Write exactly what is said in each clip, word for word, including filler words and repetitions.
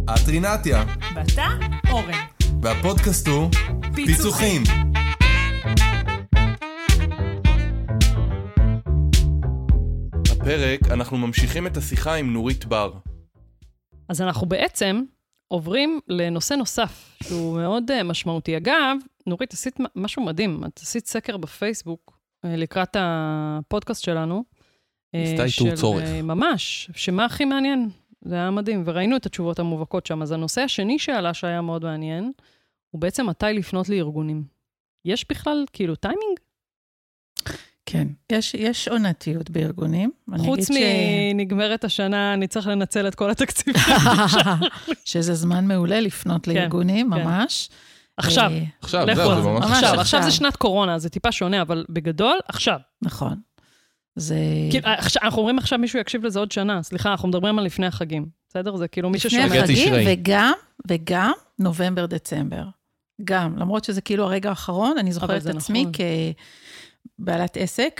את רינתיה. ואתה אורן. והפודקאסט הוא פיצוחים. בפרק אנחנו ממשיכים את השיחה עם נורית בר. אז אנחנו בעצם עוברים לנושא נוסף, שהוא מאוד משמעותי. אגב, נורית, עשית משהו מדהים. את עשית סקר בפייסבוק לקראת הפודקאסט שלנו. עשתה איתור צורך. ממש, שמה הכי מעניין? זה היה מדהים, וראינו את התשובות המובהקות שם. אז הנושא השני שעלה שהיה מאוד מעניין, הוא בעצם מתי לפנות לארגונים. יש בכלל כאילו טיימינג? כן, יש, יש עונתיות בארגונים. חוץ מנגמרת ש... השנה, אני צריך לנצל את כל התקציב. שזה זמן מעולה לפנות לארגונים, כן, ממש. כן. עכשיו, עכשיו, זה, זה ממש עכשיו. עכשיו. עכשיו זה שנת קורונה, זה טיפה שונה, אבל בגדול, עכשיו. נכון. זה... כאילו, אנחנו אומרים עכשיו מישהו יקשיב לזה עוד שנה, סליחה, אנחנו מדברים על לפני החגים, בסדר? זה כאילו מי ששומע. לפני החגים, וגם, וגם נובמבר, דצמבר. גם, למרות שזה כאילו הרגע האחרון, אני זוכרת את עצמי כבעלת עסק,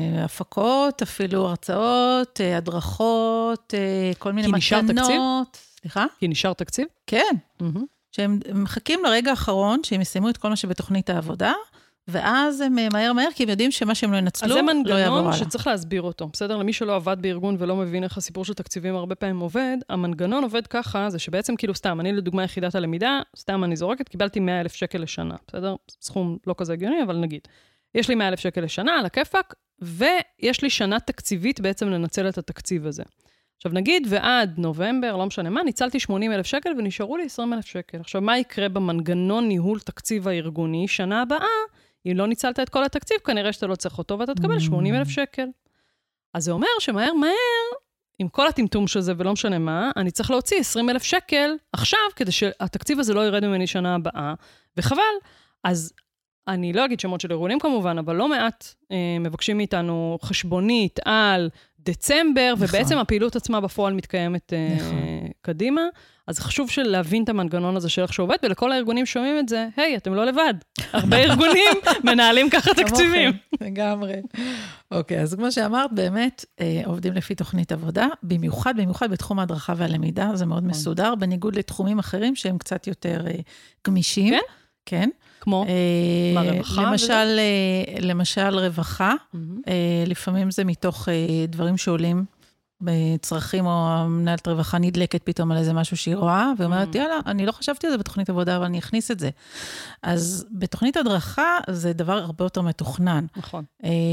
הפקות, אפילו הרצאות, הדרכות, כל מיני מתנות. סליחה? כי נשאר תקציב? כן. שהם מחכים לרגע האחרון, שהם יסיימו את כל מה שבתוכנית העבודה, ואז הם מהר מהר, כי הם יודעים שמה שהם לא ינצלו, לא יעבור הלאה. אז זה מנגנון שצריך להסביר אותו, בסדר? למי שלא עבד בארגון ולא מבין איך הסיפור של תקציבים הרבה פעמים עובד, המנגנון עובד ככה, זה שבעצם כאילו סתם, אני לדוגמה יחידת הלמידה, סתם אני זורקת, קיבלתי מאה אלף שקל לשנה, בסדר? סכום לא כזה הגיוני, אבל נגיד. יש לי מאה אלף שקל לשנה על הכיפק, ויש לי שנה תקציבית בעצם לנצל את התקציב הזה. עכשיו נגיד, ועד נובמבר, לא משנה מה, ניצלתי שמונים אלף שקל ונשארו לי עשרים אלף שקל. עכשיו, מה יקרה במנגנון ניהול תקציב הארגוני שנה הבאה? אם לא ניצלת את כל התקציב, כנראה שאתה לא צריך אותו, ואתה תקבל שמונים אלף שקל. אז זה אומר שמהר מהר, עם כל הטמטום של זה ולא משנה מה, אני צריך להוציא עשרים אלף שקל עכשיו, כדי שהתקציב הזה לא ירד ממני שנה הבאה, וחבל. אז אני לא אגיד שמות של ארגונים כמובן, אבל לא מעט אה, מבקשים מאיתנו חשבונית על דצמבר, נכון. ובעצם הפעילות עצמה בפועל מתקיימת אה, נכון. קדימה. אז חשוב של להבין את המנגנון הזה של איך שעובד, ולכל הארגונים שומעים את זה, היי, אתם לא לבד. הרבה ארגונים מנהלים ככה תקציבים. לגמרי. אוקיי, אז כמו שאמרת, באמת עובדים לפי תוכנית עבודה, במיוחד, במיוחד בתחום ההדרכה והלמידה, זה מאוד מסודר, בניגוד לתחומים אחרים שהם קצת יותר גמישים. כן? כן. כמו? מה, רווחה? למשל, למשל רווחה, לפעמים זה מתוך דברים שעולים, בצרכים או המנהלת רווחה נדלקת פתאום על איזה משהו שהיא רואה, ואומרת, יאללה, אני לא חשבתי על זה בתוכנית עבודה, אבל אני אכניס את זה. אז בתוכנית הדרכה זה דבר הרבה יותר מתוכנן. נכון.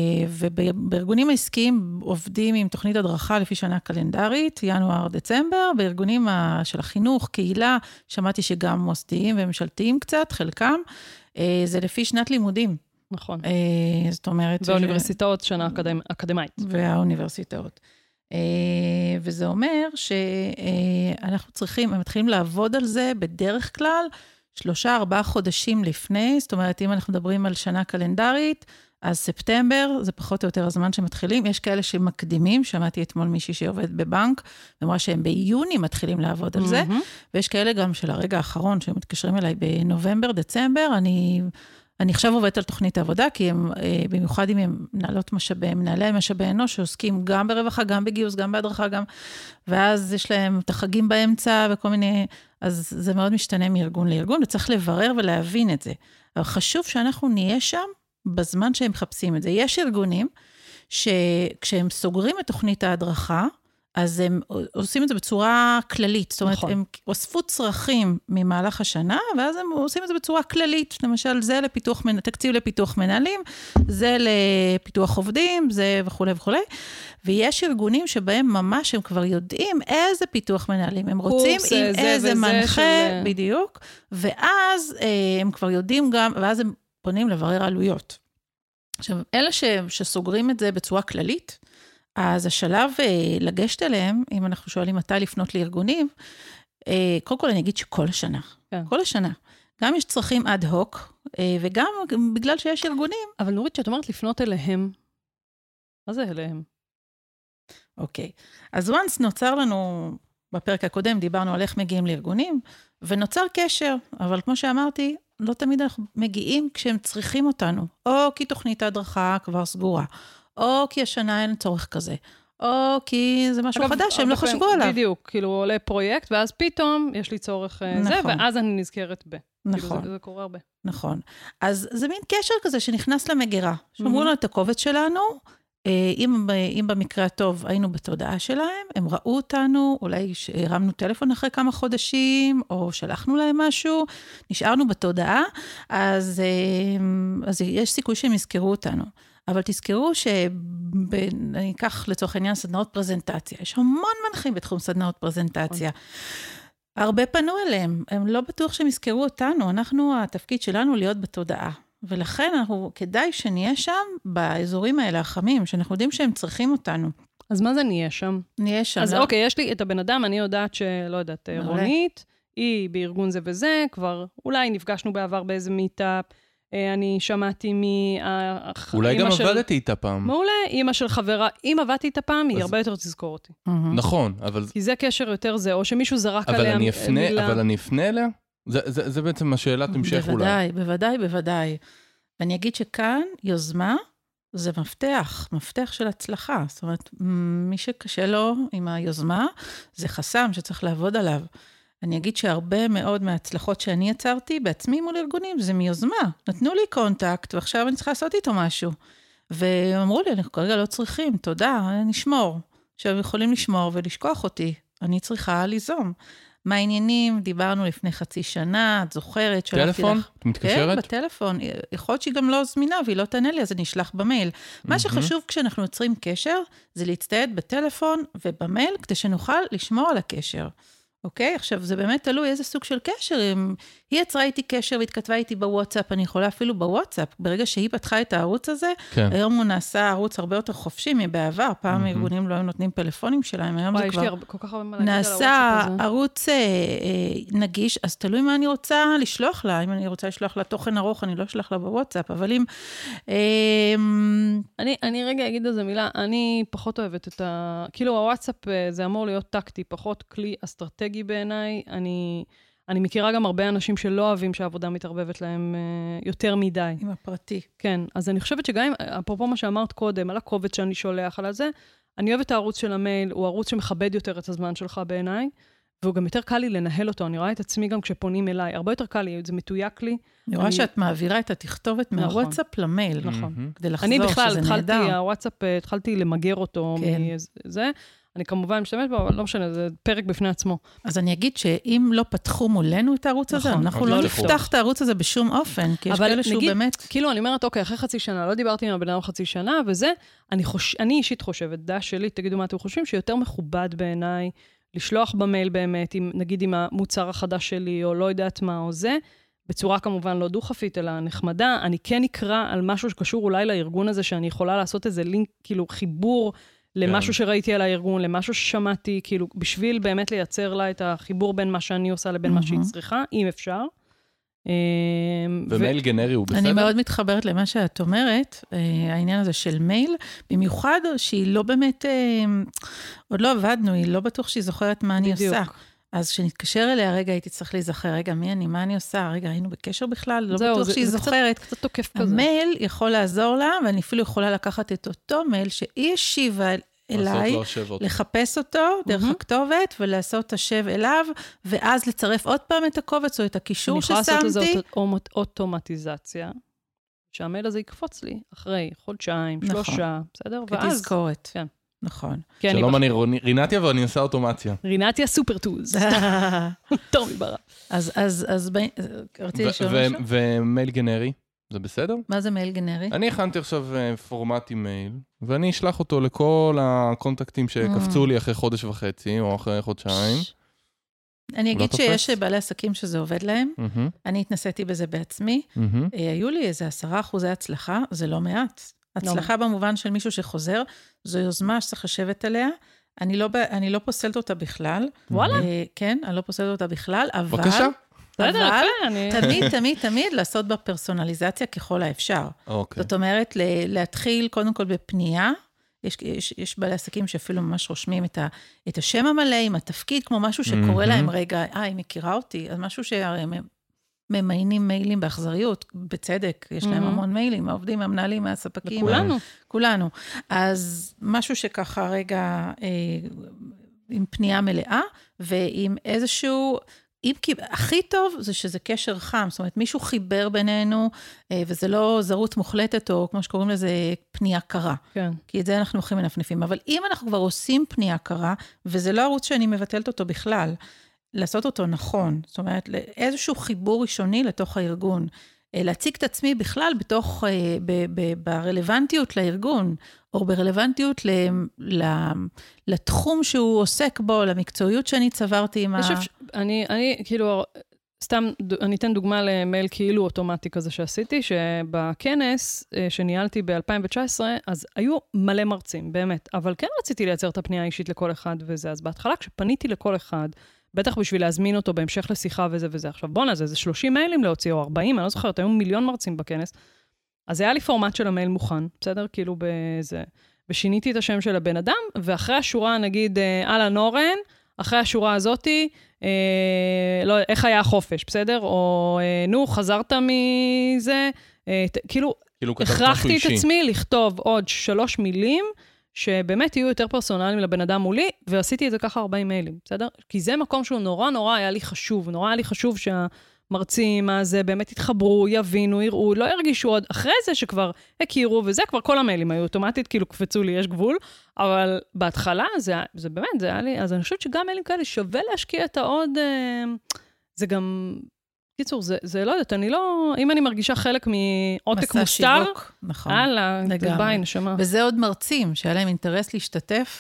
ובארגונים העסקיים עובדים עם תוכנית הדרכה לפי שנה קלנדרית, ינואר, דצמבר, בארגונים של החינוך, קהילה, שמעתי שגם מוסדיים וממשלתיים קצת, חלקם, זה לפי שנת לימודים. נכון. זאת אומרת... והאוניברסיטאות שנה אקדמית. והאוניברסיטאות. וזה אומר שאנחנו צריכים, הם מתחילים לעבוד על זה בדרך כלל, שלושה, ארבעה חודשים לפני, זאת אומרת, אם אנחנו מדברים על שנה קלנדרית, אז ספטמבר, זה פחות או יותר הזמן שמתחילים, יש כאלה שמקדימים, שמעתי אתמול מישהי שעובד בבנק, ואמרה שהם ביוני מתחילים לעבוד על זה, ויש כאלה גם של הרגע האחרון, שהם מתקשרים אליי בנובמבר, דצמבר, אני... אני עכשיו עובדת על תוכנית העבודה, כי הם, במיוחד אם הם מנהלות משאבי, מנהלי משאבי אנוש, שעוסקים גם ברווחה, גם בגיוס, גם בהדרכה, גם, ואז יש להם את החגים באמצע, וכל מיני, אז זה מאוד משתנה מארגון לארגון, וצריך לברר ולהבין את זה. אבל חשוב שאנחנו נהיה שם, בזמן שהם מחפשים את זה. יש ארגונים, שכשהם סוגרים את תוכנית ההדרכה, אז הם עושים את זה בצורה כללית, זאת אומרת, נכון. הם אוספו צרכים ממהלך השנה, ואז הם עושים את זה בצורה כללית, למשל, זה לפיתוח, תקציב לפיתוח מנהלים, זה לפיתוח עובדים, זה וכו' וכו'. ויש ארגונים שבהם ממש הם כבר יודעים איזה פיתוח מנהלים, הם רוצים קורס, עם זה איזה מנחה, של... בדיוק, ואז הם כבר יודעים גם, ואז הם פונים לברר עלויות. עכשיו, אלה ש, שסוגרים את זה בצורה כללית, אז השלב לגשת אליהם, אם אנחנו שואלים מתי לפנות לארגונים, קודם כל אני אגיד שכל השנה, כן. כל השנה. גם יש צרכים אד הוק, וגם בגלל שיש ארגונים. אבל נורית, שאת אומרת לפנות אליהם, מה זה אליהם? אוקיי, אז once נוצר לנו, בפרק הקודם דיברנו על איך מגיעים לארגונים, ונוצר קשר, אבל כמו שאמרתי, לא תמיד אנחנו מגיעים כשהם צריכים אותנו, או כי תוכנית ההדרכה כבר סגורה, או כי השנה אין צורך כזה, או כי זה משהו חדש שהם לא חשבו עליו. בדיוק, כאילו עולה פרויקט, ואז פתאום יש לי צורך זה, ואז אני נזכרת ב. נכון. זה קורה הרבה. נכון. אז זה מין קשר כזה שנכנס למגירה. שאמרו לנו את הקובץ שלנו, אם, אם במקרה הטוב היינו בתודעה שלהם, הם ראו אותנו, אולי הרמנו טלפון אחרי כמה חודשים, או שלחנו להם משהו, נשארנו בתודעה, אז, אז יש סיכוי שהם יזכרו אותנו. אבל תזכרו שאני אקח לצורך העניין סדנאות פרזנטציה. יש המון מנחים בתחום סדנאות פרזנטציה. הרבה פנו אליהם, הם לא בטוח שהם יזכרו אותנו, אנחנו, התפקיד שלנו להיות בתודעה. ולכן אנחנו, כדאי שנהיה שם באזורים האלה החמים, שאנחנו יודעים שהם צריכים אותנו. אז מה זה נהיה שם? נהיה שם. אז לא? אוקיי, יש לי את הבן אדם, אני יודעת שלא יודעת, רונית, היא בארגון זה וזה, כבר אולי נפגשנו בעבר באיזה מיטאפ, אני שמעתי מ... אולי גם עבדתי איתה פעם. מעולה, אמא של חברה, אם עבדתי איתה פעם, היא הרבה יותר תזכור אותי. נכון, אבל... כי זה קשר יותר זה, או שמישהו זרק עליה מילה. אבל אני אפנה אליה? זה בעצם השאלת המשך אולי. בוודאי, בוודאי, בוודאי. ואני אגיד שכאן יוזמה זה מפתח, מפתח של הצלחה. זאת אומרת, מי שקשה לו עם היוזמה, זה חסם שצריך לעבוד עליו. אני אגיד שהרבה מאוד מההצלחות שאני יצרתי בעצמי מול ארגונים, זה מיוזמה. נתנו לי קונטקט, ועכשיו אני צריכה לעשות איתו משהו. ואמרו לי, אנחנו כרגע לא צריכים, תודה, נשמור. עכשיו יכולים לשמור ולשכוח אותי. אני צריכה ליזום. מה העניינים? דיברנו לפני חצי שנה, את זוכרת, טלפון? את מתקשרת? כן, בטלפון. יכול להיות שהיא גם לא זמינה, והיא לא תענה לי, אז אני אשלח במייל. מה שחשוב כשאנחנו יוצרים קשר, זה להצטייד בטלפון ובמייל, כדי שנוכל לשמור על הקשר. אוקיי? עכשיו, זה באמת תלוי איזה סוג של קשר. אם היא יצרה איתי קשר והתכתבה איתי בוואטסאפ, אני יכולה אפילו בוואטסאפ. ברגע שהיא פתחה את הערוץ הזה, כן. היום הוא נעשה ערוץ הרבה יותר חופשי מבעבר. פעם mm-hmm. ארגונים לא היו נותנים פלאפונים שלהם, היום זה כבר נעשה ערוץ אה, אה, נגיש, אז תלוי מה אני רוצה לשלוח לה. אם אני רוצה לשלוח לה תוכן ארוך, אני לא אשלח לה בוואטסאפ, אבל אם... אה, אני, אני רגע אגיד איזה מילה, אני פחות אוהבת את ה... כאילו, הוואטסאפ זה אמור להיות טקטי, פחות כלי אסטרטגי בעיניי. אני... אני מכירה גם הרבה אנשים שלא אוהבים שהעבודה מתערבבת להם uh, יותר מדי. עם הפרטי. כן, אז אני חושבת שגם, אפרופו מה שאמרת קודם, על הקובץ שאני שולח על זה, אני אוהבת את הערוץ של המייל, הוא ערוץ שמכבד יותר את הזמן שלך בעיניי, והוא גם יותר קל לי לנהל אותו, אני רואה את עצמי גם כשפונים אליי, הרבה יותר קל לי, זה מתויק לי. אני רואה שאת מעבירה את התכתובת מהוואטסאפ למייל. נכון. כדי לחזור שזה נהדר. אני בכלל, התחלתי, הוואטסאפ, התחלתי למגר אותו מזה, אני כמובן משתמשת בו, אבל לא משנה, זה פרק בפני עצמו. אז אני אגיד שאם לא פתחו מולנו את הערוץ הזה, אנחנו לא נפתח את הערוץ הזה בשום אופן, כי יש כאלה שהוא באמת... כאילו, אני אומרת, אוקיי, אחרי חצי שנה, לא דיברתי עם הבן אדם חצי שנה, וזה, אני אישית חושבת, דעה שלי, תגידו מה אתם חושבים, שיותר מכובד בעיניי, לשלוח במייל באמת, נגיד עם המוצר החדש שלי, או לא יודעת מה, או זה, בצורה כמובן לא דו-חפית, אלא נחמדה. אני כן אקרא על משהו שקשור אולי לארגון הזה, שאני יכולה לעשות איזה לינק, כאילו חיבור למשהו שראיתי על הארגון, למשהו ששמעתי, כאילו, בשביל באמת לייצר לה את החיבור בין מה שאני עושה לבין מה שהיא צריכה, אם אפשר. ומייל גנרי הוא בסדר? אני מאוד מתחברת למה שאת אומרת, העניין הזה של מייל, במיוחד שהיא לא באמת, עוד לא עבדנו, היא לא בטוח שהיא זוכרת מה אני עושה. אז כשנתקשר אליה, רגע, הייתי צריך להיזכר, רגע, מי אני, מה אני עושה? רגע, היינו בקשר בכלל, לא בטוח שהיא זוכרת. קצת תוקף כזה. המייל יכול לעזור לה, ואני אפילו יכולה לקחת את אותו מייל, שהיא השיבה אליי, לחפש אותו דרך הכתובת, ולעשות השב אליו, ואז לצרף עוד פעם את הקובץ, או את הקישור ששמתי. אני יכולה לעשות איזו אוטומטיזציה, שהמייל הזה יקפוץ לי, אחרי חודשיים, שלושה, בסדר? כתזכורת. כן. נכון. שלום, אני רינתיה ואני עושה אוטומציה. רינתיה סופרטוז. טומי ברא. אז, אז, אז, רציתי לשאול משהו? ומייל גנרי, זה בסדר? מה זה מייל גנרי? אני הכנתי עכשיו פורמט אימייל, ואני אשלח אותו לכל הקונטקטים שקפצו לי אחרי חודש וחצי, או אחרי חודשיים. אני אגיד שיש בעלי עסקים שזה עובד להם. אני התנסיתי בזה בעצמי. היו לי איזה עשרה אחוזי הצלחה, זה לא מעט. הצלחה במובן של מישהו שחוזר, זו יוזמה שצריך לשבת עליה, אני לא, אני לא פוסלת אותה בכלל. וואלה? כן, אני לא פוסלת אותה בכלל, אבל... בבקשה. אבל תמיד, תמיד, תמיד לעשות בה פרסונליזציה ככל האפשר. אוקיי. זאת אומרת, להתחיל קודם כל בפנייה, יש, יש, יש בעלי עסקים שאפילו ממש רושמים את, ה, את השם המלא, עם התפקיד, כמו משהו שקורה להם רגע, אה, היא מכירה אותי, אז משהו שהם... ממיינים מיילים באכזריות, בצדק, יש להם Mhm. המון מיילים, העובדים, המנהלים, מהספקים. לכולנו. כולנו. אז משהו שככה רגע, אה, עם פנייה מלאה, ועם איזשהו, אם, כי- הכי טוב זה שזה קשר חם, זאת אומרת, מישהו חיבר בינינו, אה, וזה לא זרות מוחלטת, או כמו שקוראים לזה, פנייה קרה. כן. כי את זה אנחנו הולכים מנפנפים. אבל אם אנחנו כבר עושים פנייה קרה, וזה לא ערוץ שאני מבטלת אותו בכלל, לעשות אותו נכון, זאת אומרת, איזשהו חיבור ראשוני לתוך הארגון, אה, להציג את עצמי בכלל בתוך, אה, ב- ב- ברלוונטיות לארגון, או ברלוונטיות ל, ל, לתחום שהוא עוסק בו, למקצועיות שאני צברתי עם ה... אני חושב ש- אני, אני, כאילו, סתם, ד- אני אתן דוגמה למייל כאילו אוטומטי כזה שעשיתי, שבכנס אה, שניהלתי ב-אלפיים תשע עשרה, אז היו מלא מרצים, באמת, אבל כן רציתי לייצר את הפנייה האישית לכל אחד וזה, אז בהתחלה כשפניתי לכל אחד, בטח בשביל להזמין אותו בהמשך לשיחה וזה וזה, עכשיו בוא נעשה, זה שלושים מיילים להוציא, או ארבעים, אני לא זוכרת, היו מיליון מרצים בכנס, אז היה לי פורמט של המייל מוכן, בסדר? כאילו בזה, ושיניתי את השם של הבן אדם, ואחרי השורה, נגיד, אהלן אורן, אחרי השורה הזאתי, אה, לא, איך היה החופש, בסדר? או, אה, נו, חזרת מזה, אה, ת, כאילו, כאילו כתבת משהו הכרחתי את אישי. עצמי לכתוב עוד שלוש מילים, שבאמת יהיו יותר פרסונליים לבן אדם מולי, ועשיתי את זה ככה ארבעים מיילים, בסדר? כי זה מקום שהוא נורא נורא היה לי חשוב, נורא היה לי חשוב שהמרצים הזה באמת יתחברו, יבינו, יראו, לא ירגישו עוד, אחרי זה שכבר הכירו, וזה כבר כל המיילים היו אוטומטית, כאילו קפצו לי, יש גבול, אבל בהתחלה זה, זה באמת, זה היה לי, אז אני חושבת שגם מיילים כאלה שווה להשקיע את העוד, אה, זה גם... קיצור, זה, זה לא יודעת, אני לא, אם אני מרגישה חלק מעותק מסע מוסתר, שיווק, נכון. הלאה, לגמרי. ביי, נשמה. וזה עוד מרצים, שהיה להם אינטרס להשתתף,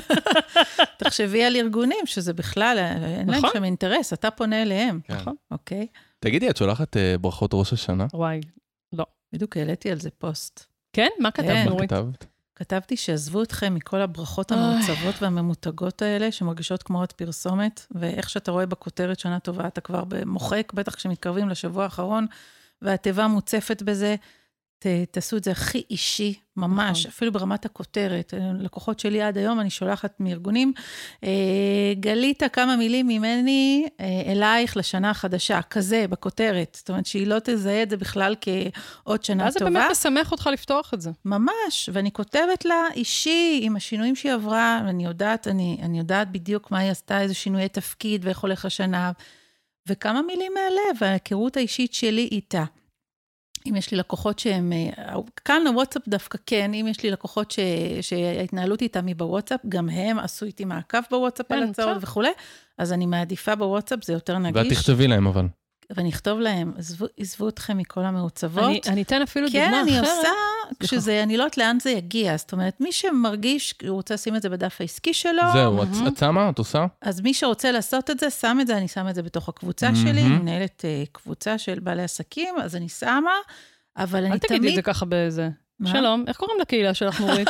ותחשבי על ארגונים, שזה בכלל, אין להם נכון. שם אינטרס, אתה פונה אליהם, כן. נכון? אוקיי. תגידי, את שולחת אה, ברכות ראש השנה? וואי, לא. בדיוק העליתי על זה פוסט. כן? מה כתבת, כן. מה נורית? כתבת? כתבתי שעזבו אתכם מכל הברכות המעוצבות והממותגות האלה, שמרגישות כמו עוד פרסומת, ואיך שאתה רואה בכותרת שנה טובה, אתה כבר מוחק, בטח כשמתקרבים לשבוע האחרון, והטבע מוצפת בזה, ת, תעשו את זה הכי אישי, ממש, נכון. אפילו ברמת הכותרת. לקוחות שלי עד היום, אני שולחת מארגונים, אה, גלית כמה מילים ממני אה, אלייך לשנה החדשה, כזה, בכותרת. זאת אומרת, שהיא לא תזהה את זה בכלל כעוד שנה אז זה טובה. באמת משמח אותך לפתוח את זה. ממש, ואני כותבת לה אישי, עם השינויים שהיא עברה, ואני יודעת, אני, אני יודעת בדיוק מה היא עשתה, איזה שינויי תפקיד, ואיך הולך השנה, וכמה מילים מהלב, וההיכרות האישית שלי איתה. אם יש לי לקוחות שהם, כאן הוואטסאפ דווקא כן, אם יש לי לקוחות ש, שההתנהלות איתם היא בוואטסאפ, גם הם עשו איתי מעקב בוואטסאפ על הצעות וכו', אז אני מעדיפה בוואטסאפ, זה יותר נגיש. ואת תכתבי להם אבל. ואני אכתוב להם, עזבו, עזבו אתכם מכל המעוצבות. אני, אני אתן אפילו כן, דוגמה אני אחרת. עושה, כשזה, אני לא יודעת לאן זה יגיע, זאת אומרת, מי שמרגיש, הוא רוצה לשים את זה בדף העסקי שלו, זהו, את את שמה? את עושה? אז מי שרוצה לעשות את זה, שם את זה, אני שמה את זה בתוך הקבוצה מהמם. שלי, אני מנהלת uh, קבוצה של בעלי עסקים, אז אני שמה, אבל אני אל תגידי את תמיד זה ככה באיזה. מה? שלום, איך קוראים לקהילה שלך, נורית?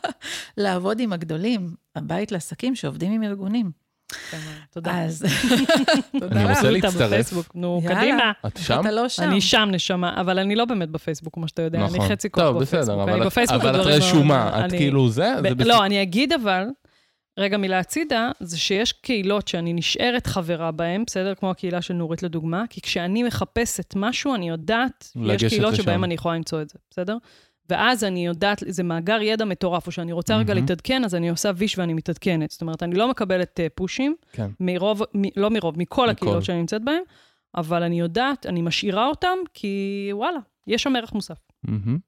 לעבוד עם הגדולים, הבית לעסקים שעובדים עם ארגונים. תודה. אז, אני רוצה אותה להצטרף. בפייסבוק, נו, יאללה. קדימה. את שם? אתה לא שם. אני שם, נשמה, אבל אני לא באמת בפייסבוק, כמו שאתה יודע. אני נכון. חצי כוח טוב, בפייסבוק. בסדר, אני אבל את- בפייסבוק אבל את לדברים רשומה, מאוד- את אני- כאילו זה? זה ב- בס- לא, אני אגיד אבל, רגע מילה הצידה, זה שיש קהילות שאני נשארת חברה בהן, בסדר? כמו הקהילה של נורית לדוגמה, כי כשאני מחפשת משהו, אני יודעת, יש לגשת קהילות לשם. שבהן אני יכולה למצוא את זה, בסדר? ואז אני יודעת, זה מאגר ידע מטורף, או שאני רוצה רגע מהמם. להתעדכן, אז אני עושה ויש ואני מתעדכנת. זאת אומרת, אני לא מקבלת uh, פושים, כן. מרוב, מ, לא מרוב, מכל מכל. הקהילות שאני נמצאת בהן, אבל אני יודעת, אני משאירה אותם, כי וואלה, יש שם ערך מוסף. מהמם.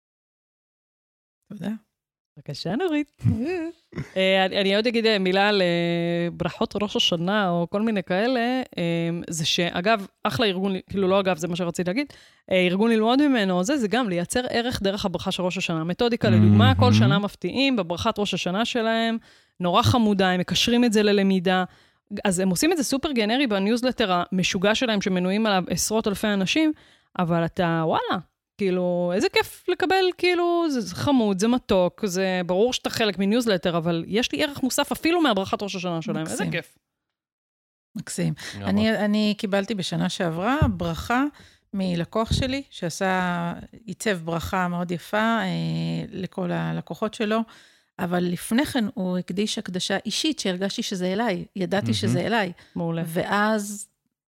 תודה. בבקשה, נורית. אה, אני אני עוד אגיד אה, מילה על אה, ברכות ראש השנה, או כל מיני כאלה, אה, זה שאגב, אחלה ארגון, כאילו לא אגב, זה מה שרציתי להגיד, אה, ארגון ללמוד ממנו, זה, זה גם לייצר ערך דרך הברכה של ראש השנה. מתודיקה לדוגמה, כל שנה מפתיעים בברכת ראש השנה שלהם, נורא חמודה, הם מקשרים את זה ללמידה, אז הם עושים את זה סופר גנרי בניוזלטר המשוגע שלהם, שמנויים עליו עשרות אלפי אנשים, אבל אתה, וואלה, כאילו, איזה כיף לקבל, כאילו, זה, זה חמוד, זה מתוק, זה ברור שאתה חלק מניוזלטר, אבל יש לי ערך מוסף אפילו מהברכת ראש השנה שלהם, מקסים. איזה כיף. מקסים. גם אני, אני קיבלתי בשנה שעברה ברכה מלקוח שלי, שעשה, ייצב ברכה מאוד יפה אה, לכל הלקוחות שלו, אבל לפני כן הוא הקדיש הקדשה אישית, שהרגשתי שזה אליי, ידעתי מהמם. שזה אליי, מעולה. ואז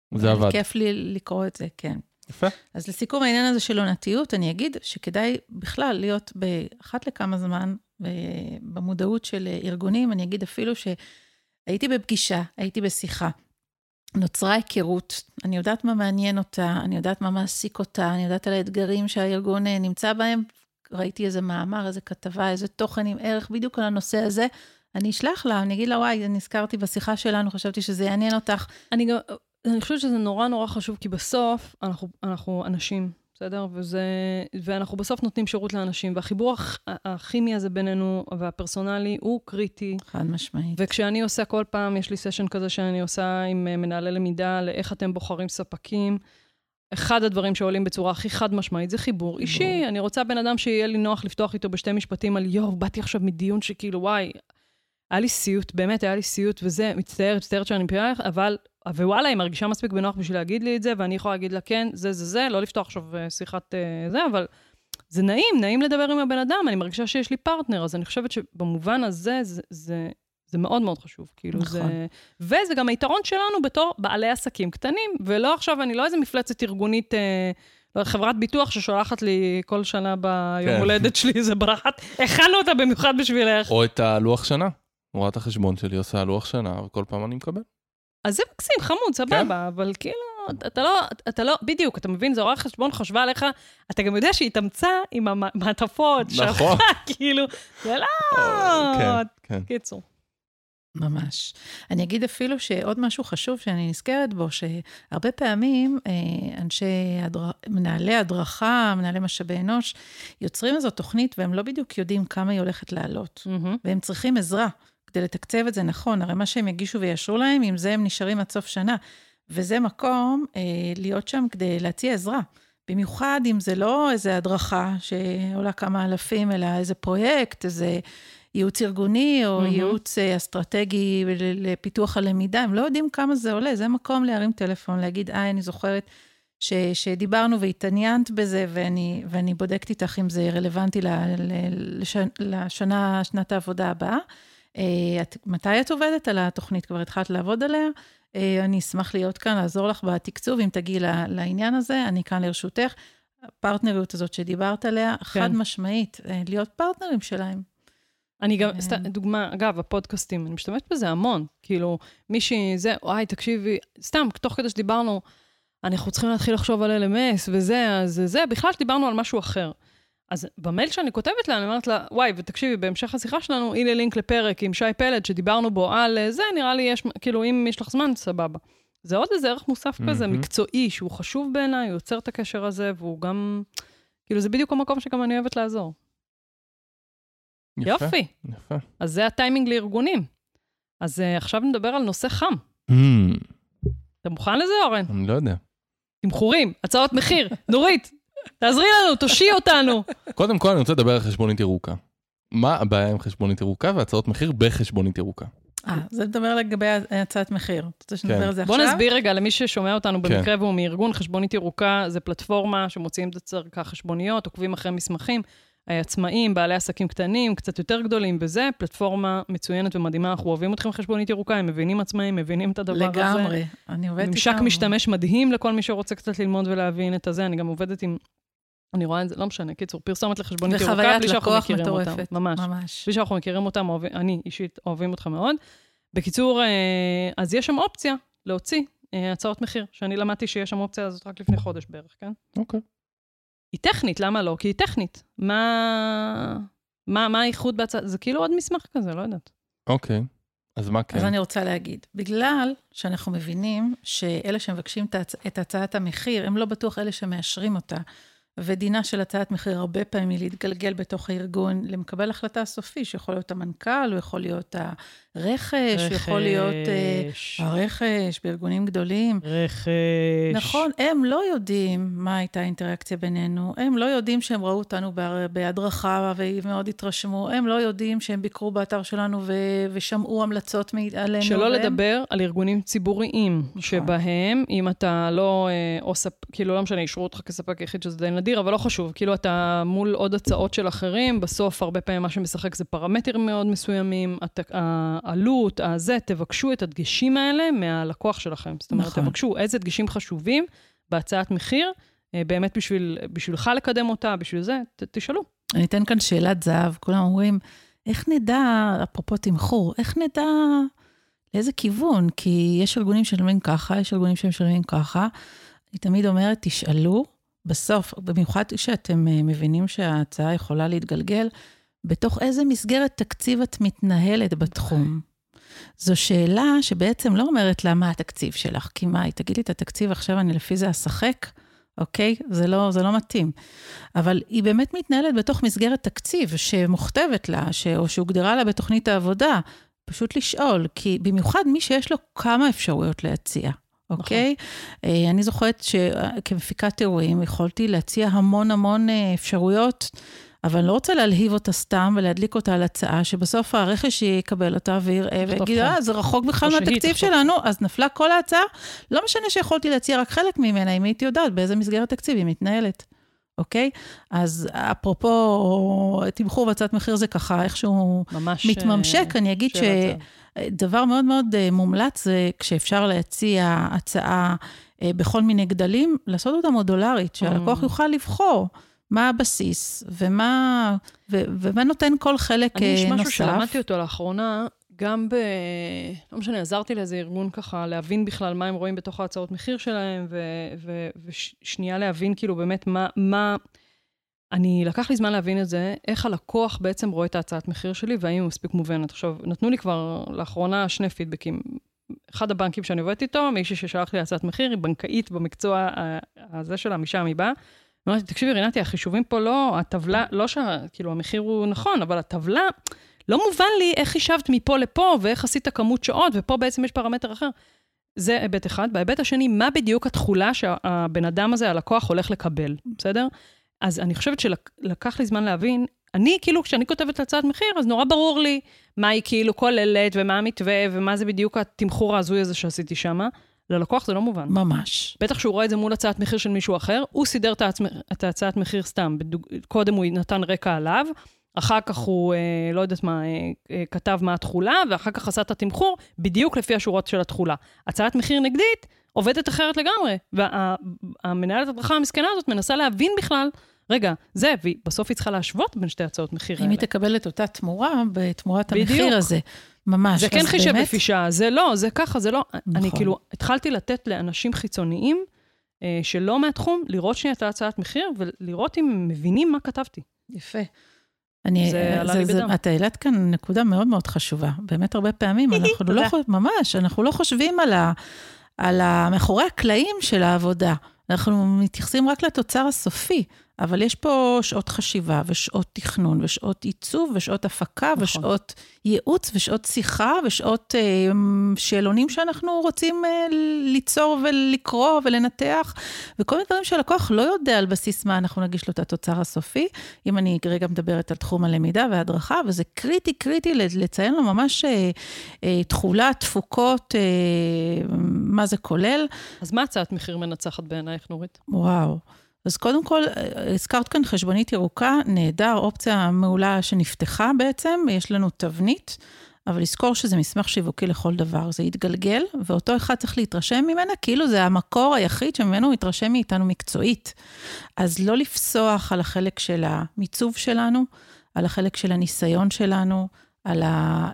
זה עבד. כיף לי לקרוא את זה, כן. יפה. אז לסיכום העניין הזה של עונתיות, אני אגיד שכדאי בכלל להיות באחת לכמה זמן, במודעות של ארגונים, אני אגיד אפילו שהייתי בפגישה, הייתי בשיחה, נוצרה היכרות, אני יודעת מה מעניין אותה, אני יודעת מה מעסיק אותה, אני יודעת על האתגרים שהארגון נמצא בהם, ראיתי איזה מאמר, איזה כתבה, איזה תוכן עם ערך בדיוק על הנושא הזה, אני אשלח לה, אני אגיד לה, וואי, נזכרתי בשיחה שלנו, חשבתי שזה יעניין אותך. אני גם, אני חושבת שזה נורא נורא חשוב, כי בסוף אנחנו, אנחנו אנשים, בסדר? וזה, ואנחנו בסוף נותנים שירות לאנשים, והחיבור הכימי הזה בינינו והפרסונלי הוא קריטי. חד משמעית. וכשאני עושה כל פעם, יש לי סשן כזה שאני עושה עם מנהלי למידה, לאיך אתם בוחרים ספקים, אחד הדברים שעולים בצורה הכי חד משמעית, זה חיבור חיבור. אישי. אני רוצה בן אדם שיהיה לי נוח לפתוח איתו בשתי משפטים על יוב, באתי עכשיו מדיון שכאילו, וואי, היה לי סיוט, באמת היה לי סיוט, וזה מצטער, מצטערת שאני מפירה לך, אבל, ווואלה, היא מרגישה מספיק בנוח בשביל להגיד לי את זה, ואני יכולה להגיד לה, כן, זה, זה, זה, לא לפתוח עכשיו שיחת זה, אבל זה נעים, נעים לדבר עם הבן אדם, אני מרגישה שיש לי פרטנר, אז אני חושבת שבמובן הזה, זה, זה, זה מאוד מאוד חשוב, כאילו נכון. זה, וזה גם היתרון שלנו בתור בעלי עסקים קטנים, ולא עכשיו, אני לא איזה מפלצת ארגונית, חברת ביטוח ששולחת לי כל שנה ביום כן. הולדת שלי, זה ברחת, הכנו אותה במיוחד בשבילך. או את הלוח שנה. רואה את החשבון שלי, עושה לוח שנה, וכל פעם אני מקבל. אז זה מקסים, חמוד, סבבה, כן. אבל כאילו, אתה לא, אתה לא, בדיוק, אתה מבין, זה רואה חשבון, חשבה עליך, אתה גם יודע שהיא תמצא עם המעטפות, שלך, נכון. כאילו, זה לא, כן, כן. קיצור. ממש. אני אגיד אפילו שעוד משהו חשוב שאני נזכרת בו, שהרבה פעמים אנשי הדר... מנהלי הדרכה, מנהלי משאבי אנוש, יוצרים איזו תוכנית, והם לא בדיוק יודעים כמה היא הולכת לעלות. Mm-hmm. והם צריכים עזרה כדי לתקצב את זה נכון. הרי מה שהם יגישו וישרו להם, עם זה הם נשארים עד סוף שנה. וזה מקום אה, להיות שם כדי להציע עזרה. במיוחד אם זה לא איזו הדרכה שעולה כמה אלפים, אלא איזה פרויקט, איזה... ייעוץ ארגוני או mm-hmm. ייעוץ אסטרטגי לפיתוח הלמידה, הם לא יודעים כמה זה עולה, זה מקום להרים טלפון, להגיד, אה, אני זוכרת ש, שדיברנו והתעניינת בזה, ואני, ואני בודקת איתך אם זה רלוונטי ל, ל, לש, לשנה, שנת העבודה הבאה. את, מתי את עובדת על התוכנית? כבר התחלת לעבוד עליה? אני אשמח להיות כאן, לעזור לך בתקצוב, אם תגיעי לעניין הזה, אני כאן לרשותך. הפרטנריות הזאת שדיברת עליה, כן. חד משמעית, להיות פרטנרים שלהם. אני גם, דוגמה, אגב, הפודקאסטים, אני משתמשת בזה המון, כאילו, מישהי, זה, וואי, תקשיבי, סתם, תוך כדי שדיברנו, אנחנו צריכים להתחיל לחשוב על אל אם אס, וזה, אז זה, בכלל שדיברנו על משהו אחר. אז במייל שאני כותבת לה, אני אומרת לה, וואי, ותקשיבי, בהמשך השיחה שלנו, הנה לינק לפרק עם שי פלד, שדיברנו בו על זה, נראה לי יש, כאילו, אם יש לך זמן, סבבה. זה עוד איזה ערך מוסף כזה, מקצועי, שהוא חשוב בעיניי, הוא יוצר את הקשר הזה, והוא גם, כאילו, זה בדיוק המקום שגם אני אוהבת לעזור. יפה, יופי. יפה. אז זה הטיימינג לארגונים. אז uh, עכשיו נדבר על נושא חם. Mm. אתה מוכן לזה, אורן? אני לא יודע. תמחורים, הצעות מחיר. נורית, תעזרי לנו, תושיעי אותנו. קודם כל אני רוצה לדבר על חשבונית ירוקה. מה הבעיה עם חשבונית ירוקה והצעות מחיר בחשבונית ירוקה? אה, זה מדבר לגבי הצעת מחיר. אתה רוצה שנדבר על זה עכשיו? בוא נסביר רגע למי ששומע אותנו במקרה והוא מארגון, חשבונית ירוקה זה פלטפורמה שמוציאים דרכך חשבוניות, עוקבים אחרי מסמכים, עצמאים, בעלי עסקים קטנים, קצת יותר גדולים, וזה פלטפורמה מצוינת ומדהימה, אנחנו אוהבים אתכם חשבונית ירוקה, הם מבינים עצמאים, מבינים את הדבר לגמרי. הזה. לגמרי, אני עובדת איתם. ממשק משתמש מדהים לכל מי שרוצה קצת ללמוד ולהבין את הזה, אני גם עובדת עם, אני רואה את זה, לא משנה, קיצור, פרסומת לחשבונית ירוקה, בלי שאנחנו מכירים אותם. ממש. ממש. בלי שאנחנו מכירים אותם, אני אישית אוהבים אותך מאוד. בקיצור, אז יש שם אופציה להוציא הצעות מחיר, שאני למדתי שיש שם אופציה הזאת רק לפני חודש בערך, כן? אוקיי. היא טכנית, למה לא? כי היא טכנית. מה, מה, מה האיחוד בהצעה? זה כאילו עוד מסמך כזה, לא יודעת. אוקיי, אז מה כן? אז אני רוצה להגיד, בגלל שאנחנו מבינים שאלה שמבקשים את הצעת המחיר, הם לא בטוח אלה שמאשרים אותה, ודינה של הצעת מחיר הרבה פעמים היא להתגלגל בתוך הארגון, למקבל החלטה סופי, שיכול להיות המנכ"ל, או יכול להיות הרכש, רכש. יכול להיות uh, הרכש בארגונים גדולים. רכש. נכון, הם לא יודעים מה הייתה האינטראקציה בינינו, הם לא יודעים שהם ראו אותנו בהדרכה, ומאוד התרשמו, הם לא יודעים שהם ביקרו באתר שלנו, ו- ושמעו המלצות עלינו. שלא והם... לדבר על ארגונים ציבוריים, נכון. שבהם, אם אתה לא, או ספ... כאילו לא משנה, אישרו אותך כספק יחיד, שזה די נדיר, אבל לא חשוב. כאילו אתה מול עוד הצעות של אחרים, בסוף הרבה פעמים מה שמשחק זה פרמטרים מאוד מסוימים, העלות, הזה, תבקשו את הדגשים האלה מהלקוח שלכם. זאת אומרת, נכון. תבקשו איזה דגשים חשובים בהצעת מחיר, באמת בשביל, בשבילך לקדם אותה, בשביל זה, ת, תשאלו. אני אתן כאן שאלת זהב, כולם אומרים, איך נדע, אפרופו תמחור, איך נדע לאיזה כיוון? כי יש ארגונים שמשלמים ככה, יש ארגונים שמשלמים ככה. אני תמיד אומרת, תשאלו, בסוף, במיוחד שאתם מבינים שההצעה יכולה להתגלגל, בתוך איזה מסגרת תקציב את מתנהלת בתחום. זו שאלה שבעצם לא אומרת לה מה התקציב שלך, כי מה, היא תגיד לי את התקציב, עכשיו אני לפי זה אשחק, אוקיי? זה לא, זה לא מתאים. אבל היא באמת מתנהלת בתוך מסגרת תקציב שמוכתבת לה, ש... או שהוגדרה לה בתוכנית העבודה, פשוט לשאול, כי במיוחד מי שיש לו כמה אפשרויות להציע, אוקיי? נכון. אני זוכרת שכמפיקת אירועים יכולתי להציע המון המון אפשרויות, אבל אני לא רוצה להלהיב אותה סתם ולהדליק אותה על הצעה, שבסוף הרכש יקבל אותה ויראה ויגיד, אה, זה רחוק בכלל מהתקציב שלנו, אז נפלה כל ההצעה. לא משנה שיכולתי להציע רק חלק ממנה, אם הייתי יודעת באיזה מסגרת תקציב היא מתנהלת. אוקיי? אז אפרופו תמחור והצעת מחיר זה ככה, איכשהו מתממשק, אני אגיד שדבר מאוד מאוד מומלץ זה כשאפשר להציע הצעה בכל מיני גדלים, לעשות אותה מודולרית, שהלקוח יוכל לבחור. מה הבסיס, ומה, ו, ומה נותן כל חלק נוסף. אני יש משהו שלמדתי אותו לאחרונה, גם ב... לא משנה, עזרתי לאיזה ארגון ככה, להבין בכלל מה הם רואים בתוך ההצעות מחיר שלהם, ו, ו, ושנייה להבין כאילו באמת מה, מה... אני לקח לי זמן להבין את זה, איך הלקוח בעצם רואה את ההצעת מחיר שלי, והאם הוא מספיק מובנת. עכשיו, נתנו לי כבר לאחרונה שני פידבקים. אחד הבנקים שאני עובדת איתו, מישהי ששלח לי הצעת מחיר, היא בנקאית במקצוע הזה שלה, משם היא באה, אמרתי, תקשיבי, רינתי, החישובים פה לא, הטבלה, לא שכאילו, המחיר הוא נכון, אבל הטבלה, לא מובן לי איך חישבת מפה לפה, ואיך עשית כמות שעות, ופה בעצם יש פרמטר אחר. זה היבט אחד. בהיבט השני, מה בדיוק התחולה שהבן אדם הזה, הלקוח, הולך לקבל, בסדר? אז אני חושבת שלקח לי זמן להבין, אני כאילו, כשאני כותבת הצעת מחיר, אז נורא ברור לי מה היא כאילו כוללת, ומה המתווה, ומה זה בדיוק התמחור הזוי הזה שעשיתי שמה. ללקוח זה לא מובן. ממש. בטח שהוא רואה את זה מול הצעת מחיר של מישהו אחר, הוא סידר את הצעת מחיר סתם, קודם הוא נתן רקע עליו, אחר כך הוא, לא יודעת מה, כתב מה התחולה, ואחר כך עשה את התמחור, בדיוק לפי השורות של התחולה. הצעת מחיר נגדית עובדת אחרת לגמרי, והמנהלת הדרכה המסכנה הזאת מנסה להבין בכלל, רגע, זה, ובסוף היא צריכה להשוות בין שתי הצעות מחיר האלה. אם היא תקבל את אותה תמורה, בתמורת המחיר הזה. ממש. זה כן חישב בפישה, זה לא, זה ככה, זה לא. נכון. אני כאילו, התחלתי לתת לאנשים חיצוניים, אה, שלא מהתחום, לראות שנייה את ההצעת מחיר, ולראות אם הם מבינים מה כתבתי. יפה. אני, זה עלה לי בדם. אתה העלית כאן נקודה מאוד מאוד חשובה. באמת הרבה פעמים, אנחנו לא, ממש, אנחנו לא חושבים על ה, על המאחורי הקלעים של העבודה. אנחנו מתייחסים רק לתוצר הסופי, אבל יש פה שעות חשיבה, ושעות תכנון, ושעות עיצוב, ושעות הפקה, נכון. ושעות ייעוץ, ושעות שיחה, ושעות אה, שאלונים שאנחנו רוצים אה, ליצור ולקרוא ולנתח, וכל מיני דברים שהלקוח לא יודע על בסיס מה אנחנו נגיש לו את התוצר הסופי, אם אני רגע מדברת על תחום הלמידה וההדרכה, וזה קריטי, קריטי לציין לו ממש אה, אה, תחולה, תפוקות, אה, מה זה כולל. אז מה הצעת מחיר מנצחת בעינייך, נורית? וואו. אז קודם כל, הזכרת כאן חשבונית ירוקה, נהדר, אופציה מעולה שנפתחה בעצם, יש לנו תבנית, אבל לזכור שזה מסמך שיווקי לכל דבר, זה יתגלגל, ואותו אחד צריך להתרשם ממנה, כאילו זה המקור היחיד שממנו מתרשם מאיתנו מקצועית. אז לא לפסוח על החלק של המיצוב שלנו, על החלק של הניסיון שלנו, על ה...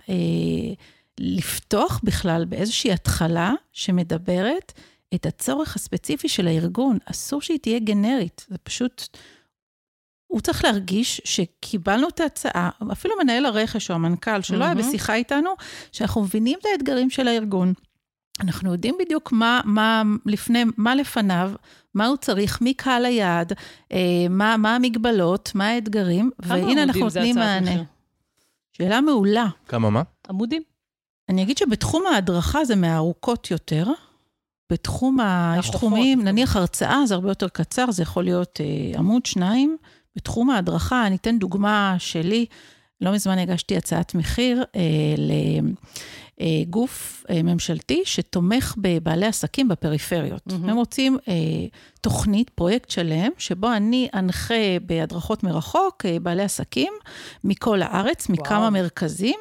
לפתוח בכלל באיזושהי התחלה שמדברת, את הצורך הספציפי של הארגון, אסור שהיא תהיה גנרית, זה פשוט, הוא צריך להרגיש שקיבלנו את ההצעה, אפילו מנהל הרכש או המנכ"ל, שלא היה בשיחה איתנו, שאנחנו מבינים את האתגרים של הארגון, אנחנו יודעים בדיוק מה, מה, לפני, מה לפניו, מה הוא צריך, מי קהל היעד, מה, מה המגבלות, מה האתגרים, והנה אנחנו נותנים מענה. שאלה מעולה. כמה מה? עמודים. אני אגיד שבתחום ההדרכה זה מהארוכות יותר, בתחום, ה... יש תחומים, נניח הרצאה, זה הרבה יותר קצר, זה יכול להיות אה, עמוד שניים. בתחום ההדרכה, אני אתן דוגמה שלי, לא מזמן הגשתי הצעת מחיר אה, גוף ממשלתי שתומך בבעלי עסקים בפריפריות. Mm-hmm. הם רוצים תוכנית, פרויקט שלם, שבו אני אנחה בהדרכות מרחוק, בעלי עסקים מכל הארץ, מכמה וואו. מרכזים,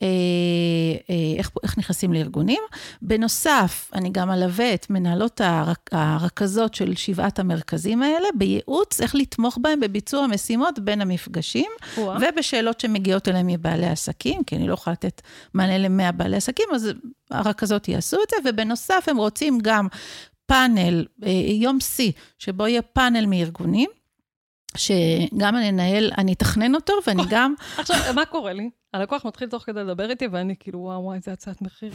איך, איך נכנסים לארגונים. בנוסף, אני גם אלווה את מנהלות הרכזות של שבעת המרכזים האלה, בייעוץ איך לתמוך בהם בביצוע המשימות בין המפגשים, וואו. ובשאלות שמגיעות אליהם מבעלי עסקים, כי אני לא יכולה לתת מענה למאה בעלי עסקים, אז הרכזות יעשו את זה, ובנוסף הם רוצים גם פאנל, יום סי, שבו יהיה פאנל מארגונים, שגם אני אנהל, אני אתכנן אותו, ואני גם... עכשיו, מה קורה לי? הלקוח מתחיל תוך כדי לדבר איתי, ואני כאילו, וואו, וואי, זה הצעת מחיר.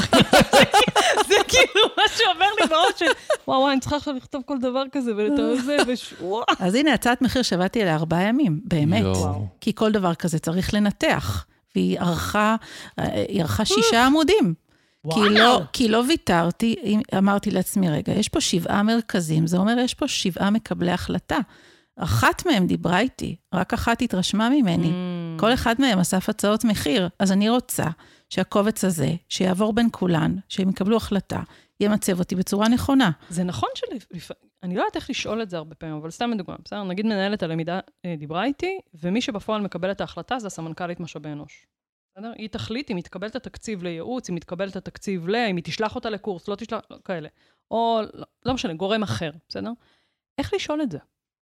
זה כאילו מה שאומר לי מאוד, של וואו, וואי, אני צריכה עכשיו לכתוב כל דבר כזה, ולתאר זה, ושוואה. אז הנה, הצעת מחיר שבאתי אליה ארבעה ימים, באמת. כי כל דבר כזה צריך לנתח, והיא ערכה, היא ערכה שישה עמודים. כי לא, כי לא ויתרתי, אמרתי לעצמי, רגע, יש פה שבעה מרכזים, זה אומר, יש פה שבעה מקבלי החלטה. אחת מהם דיברה איתי, רק אחת התרשמה ממני. Mm. כל אחד מהם אסף הצעות מחיר. אז אני רוצה שהקובץ הזה, שיעבור בין כולן, שהם יקבלו החלטה, ימצב אותי בצורה נכונה. זה נכון שלי, אני לא יודעת איך לשאול את זה הרבה פעמים, אבל סתם מדוגמה, בסדר? נגיד מנהלת הלמידה דיברה איתי, ומי שבפועל מקבל את ההחלטה, זה הסמנכ"לית משאבי אנוש. בסדר? היא תחליט אם היא תקבל את התקציב לייעוץ, אם היא תקבל את התקציב ל... אם היא תשלח אותה לקורס, לא תשלח, לא, כאלה. או, לא, לא משנה, גורם אחר, בסדר? איך לשאול את זה?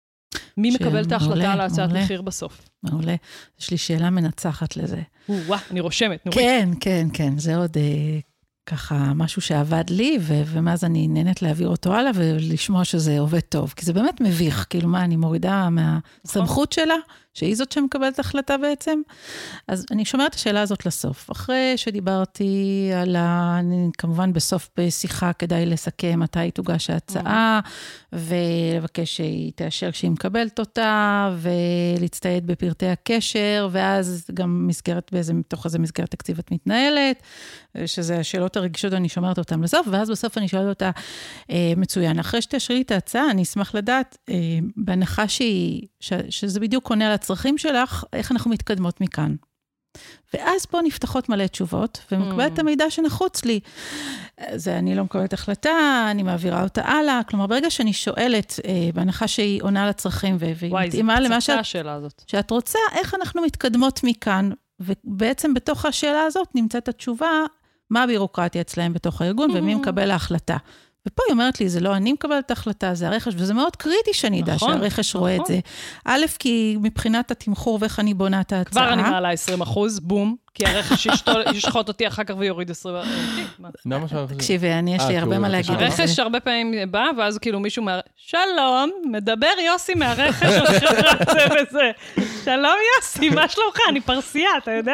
מי מקבל את ההחלטה על הצעת מחיר בסוף? מעולה. יש לי שאלה מנצחת לזה. וואה, אני רושמת, נורית. כן, כן, כן. זה עוד ככה משהו שעבד לי, ומאז אני נהנית להעביר אותו הלאה, ולשמוע שזה עובד טוב. כי זה באמת מביך, כאילו מה, אני מורידה מהסמכות שלה, שהיא זאת שמקבלת החלטה בעצם. אז אני שומרת את השאלה הזאת לסוף. אחרי שדיברתי על ה... אני, כמובן בסוף בשיחה כדאי לסכם מתי תוגש ההצעה, ולבקש שהיא תאשר כשהיא מקבלת אותה, ולהצטייד בפרטי הקשר, ואז גם מסגרת באיזה, מתוך איזה מסגרת תקציבית מתנהלת, שזה השאלות הרגישות, אני שומרת אותן לסוף, ואז בסוף אני שואלת אותה, אה, מצוין. אחרי שתאשרי את ההצעה, אני אשמח לדעת, אה, בהנחה שהיא, ש, שזה בדיוק עונה על הצרכים שלך, איך אנחנו מתקדמות מכאן. ואז פה נפתחות מלא תשובות, ומקבלת את המידע שנחוץ לי. זה אני לא מקבלת החלטה, אני מעבירה אותה הלאה, כלומר, ברגע שאני שואלת, אה, בהנחה שהיא עונה על הצרכים, והיא מתאימה למה שאת, שאת רוצה, איך אנחנו מתקדמות מכאן, ובעצם בתוך השאלה הזאת נמצאת התשובה, מה הבירוקרטיה אצלהם בתוך הארגון, ומי מקבל ההחלטה. ופה היא אומרת לי, זה לא אני מקבלת את ההחלטה, זה הרכש, וזה מאוד קריטי שאני אדע שהרכש רואה את זה. א', כי מבחינת התמחור ואיך אני בונה את ההצעה. כבר אני מעלה עשרים אחוז, בום, כי הרכש ישחוט אותי אחר כך ויוריד עשרים אחוז. תקשיבי, אני יש לי הרבה מה להגיד. הרכש הרבה פעמים בא, ואז כאילו מישהו אומר, שלום, מדבר יוסי מהרכש של חברת זה וזה. שלום יוסי, מה שלומך? אני פרסייה, אתה יודע?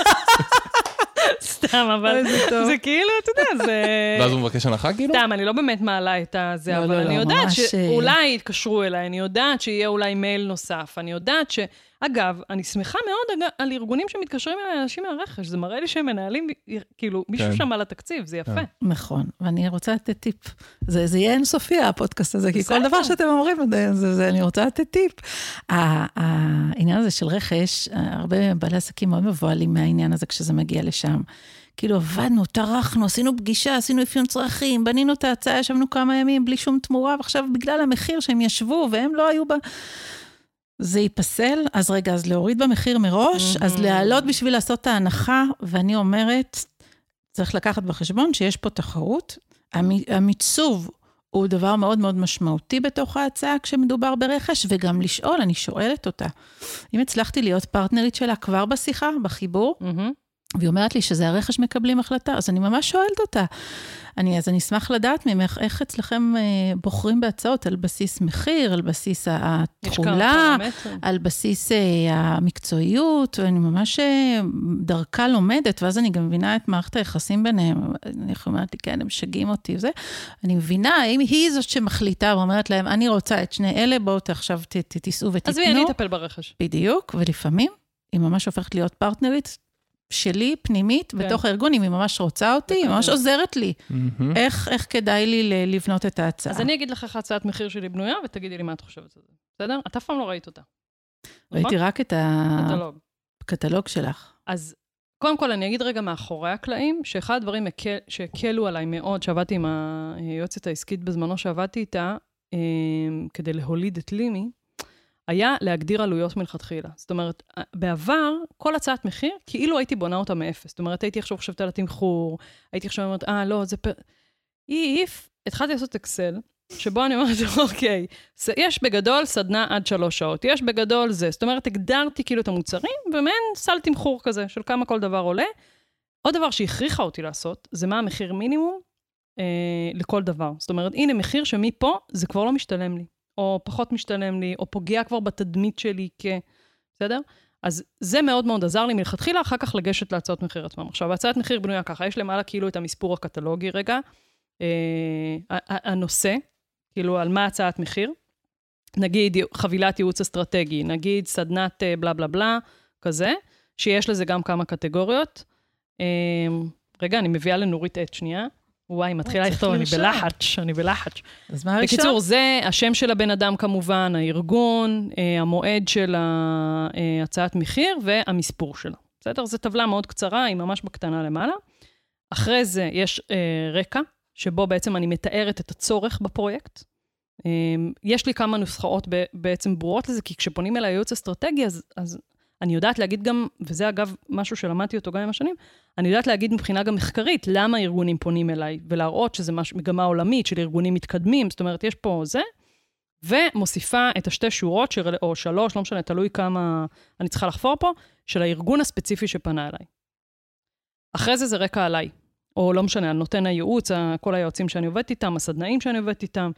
סתם, אבל זה כאילו, אתה יודע, זה... ואז הוא מבקש הנחה, כאילו? סתם, אני לא באמת מעלה את זה, אבל אני יודעת שאולי יתקשרו אליי, אני יודעת שיהיה אולי מייל נוסף, אני יודעת ש... אגב, אני שמחה מאוד על ארגונים שמתקשרים אליי אנשים מהרכש, זה מראה לי שהם מנהלים, כאילו, מישהו שם על התקציב, זה יפה. נכון, ואני רוצה לתת טיפ. זה יהיה אינסופי, הפודקאסט הזה, כי כל דבר שאתם אומרים, אני רוצה לתת טיפ. העניין הזה של רכש, הרבה בעלי עסקים מאוד מבועלים מהעניין הזה כשזה מגיע לשם. כאילו עבדנו, טרחנו, עשינו פגישה, עשינו אפיון צרכים, בנינו את ההצעה, ישבנו כמה ימים בלי שום תמורה, ועכשיו בגלל המחיר שהם ישבו, והם לא היו ב... זה ייפסל, אז רגע, אז להוריד במחיר מראש, אז להעלות בשביל לעשות את ההנחה, ואני אומרת, צריך לקחת בחשבון שיש פה תחרות, המיצוב הוא דבר מאוד מאוד משמעותי בתוך ההצעה, כשמדובר ברכש, וגם לשאול, אני שואלת אותה, אם הצלחתי להיות פרטנרית שלה כבר בשיחה, בחיבור, והיא אומרת לי שזה הרכש מקבלים החלטה, אז אני ממש שואלת אותה. אני, אז אני אשמח לדעת ממך, איך אצלכם בוחרים בהצעות, על בסיס מחיר, על בסיס התחולה, על בסיס המקצועיות, ואני ממש דרכה לומדת, ואז אני גם מבינה את מערכת היחסים ביניהם, אני אומרת לי, כן, הם שגעים אותי וזה, אני מבינה, אם היא זאת שמחליטה, ואומרת להם, אני רוצה את שני אלה, בואו עכשיו תיסעו ותתנו. אז אני אטפל ברכש. בדיוק, ולפעמים, היא ממש הופכת להיות פרטנרית, שלי, פנימית, בתוך הארגון, אם היא ממש רוצה אותי, היא ממש עוזרת לי. איך כדאי לי לבנות את ההצעה. אז אני אגיד לך איך הצעת מחיר שלי בנויה, ותגידי לי מה את חושבת על זה. בסדר? את אף פעם לא ראית אותה. ראיתי רק את הקטלוג שלך. אז קודם כל, אני אגיד רגע מאחורי הקלעים, שאחד הדברים שהקלו עליי מאוד, שעבדתי עם היועצת העסקית בזמנו שעבדתי איתה, כדי להוליד את לימי, היה להגדיר עלויות מלכתחילה. זאת אומרת, בעבר, כל הצעת מחיר, כאילו הייתי בונה אותה מאפס. זאת אומרת, הייתי עכשיו חושבת על התמחור, הייתי עכשיו אומרת, אה, לא, זה פר... איף, התחלתי לעשות אקסל, שבו אני אומרת, אוקיי, יש בגדול סדנה עד שלוש שעות, יש בגדול זה. זאת אומרת, הגדרתי כאילו את המוצרים, ומעין סל תמחור כזה, של כמה כל דבר עולה. עוד דבר שהכריחה אותי לעשות, זה מה המחיר מינימום אה, לכל דבר. זאת אומרת, הנה מחיר שמפה זה כבר לא משתלם לי. או פחות משתלם לי, או פוגע כבר בתדמית שלי כ... בסדר? אז זה מאוד מאוד עזר לי מלכתחילה, אחר כך לגשת להצעות מחיר עצמם. עכשיו, הצעת מחיר בנויה ככה, יש למעלה כאילו את המספור הקטלוגי רגע, אה, הנושא, כאילו על מה הצעת מחיר, נגיד חבילת ייעוץ אסטרטגי, נגיד סדנת בלה בלה בלה, כזה, שיש לזה גם כמה קטגוריות. אה, רגע, אני מביאה לנורית את שנייה, וואי, מתחילה לכתוב, אני בלחץ, אני בלחץ. אז מה הראשון? בקיצור, זה השם של הבן אדם כמובן, הארגון, המועד של הצעת מחיר והמספור שלה. בסדר? זו טבלה מאוד קצרה, היא ממש בקטנה למעלה. אחרי זה יש רקע, שבו בעצם אני מתארת את הצורך בפרויקט. יש לי כמה נוסחאות בעצם ברורות לזה, כי כשפונים אל הייעוץ אסטרטגי, אז, אז אני יודעת להגיד גם, וזה אגב משהו שלמדתי אותו גם עם השנים, אני יודעת להגיד מבחינה גם מחקרית, למה ארגונים פונים אליי, ולהראות שזה משהו, מגמה עולמית של ארגונים מתקדמים, זאת אומרת, יש פה זה, ומוסיפה את השתי שורות, של, או שלוש, לא משנה, תלוי כמה אני צריכה לחפור פה, של הארגון הספציפי שפנה אליי. אחרי זה זה רקע עליי, או לא משנה, נותן הייעוץ, כל היועצים שאני עובדת איתם, הסדנאים שאני עובדת איתם,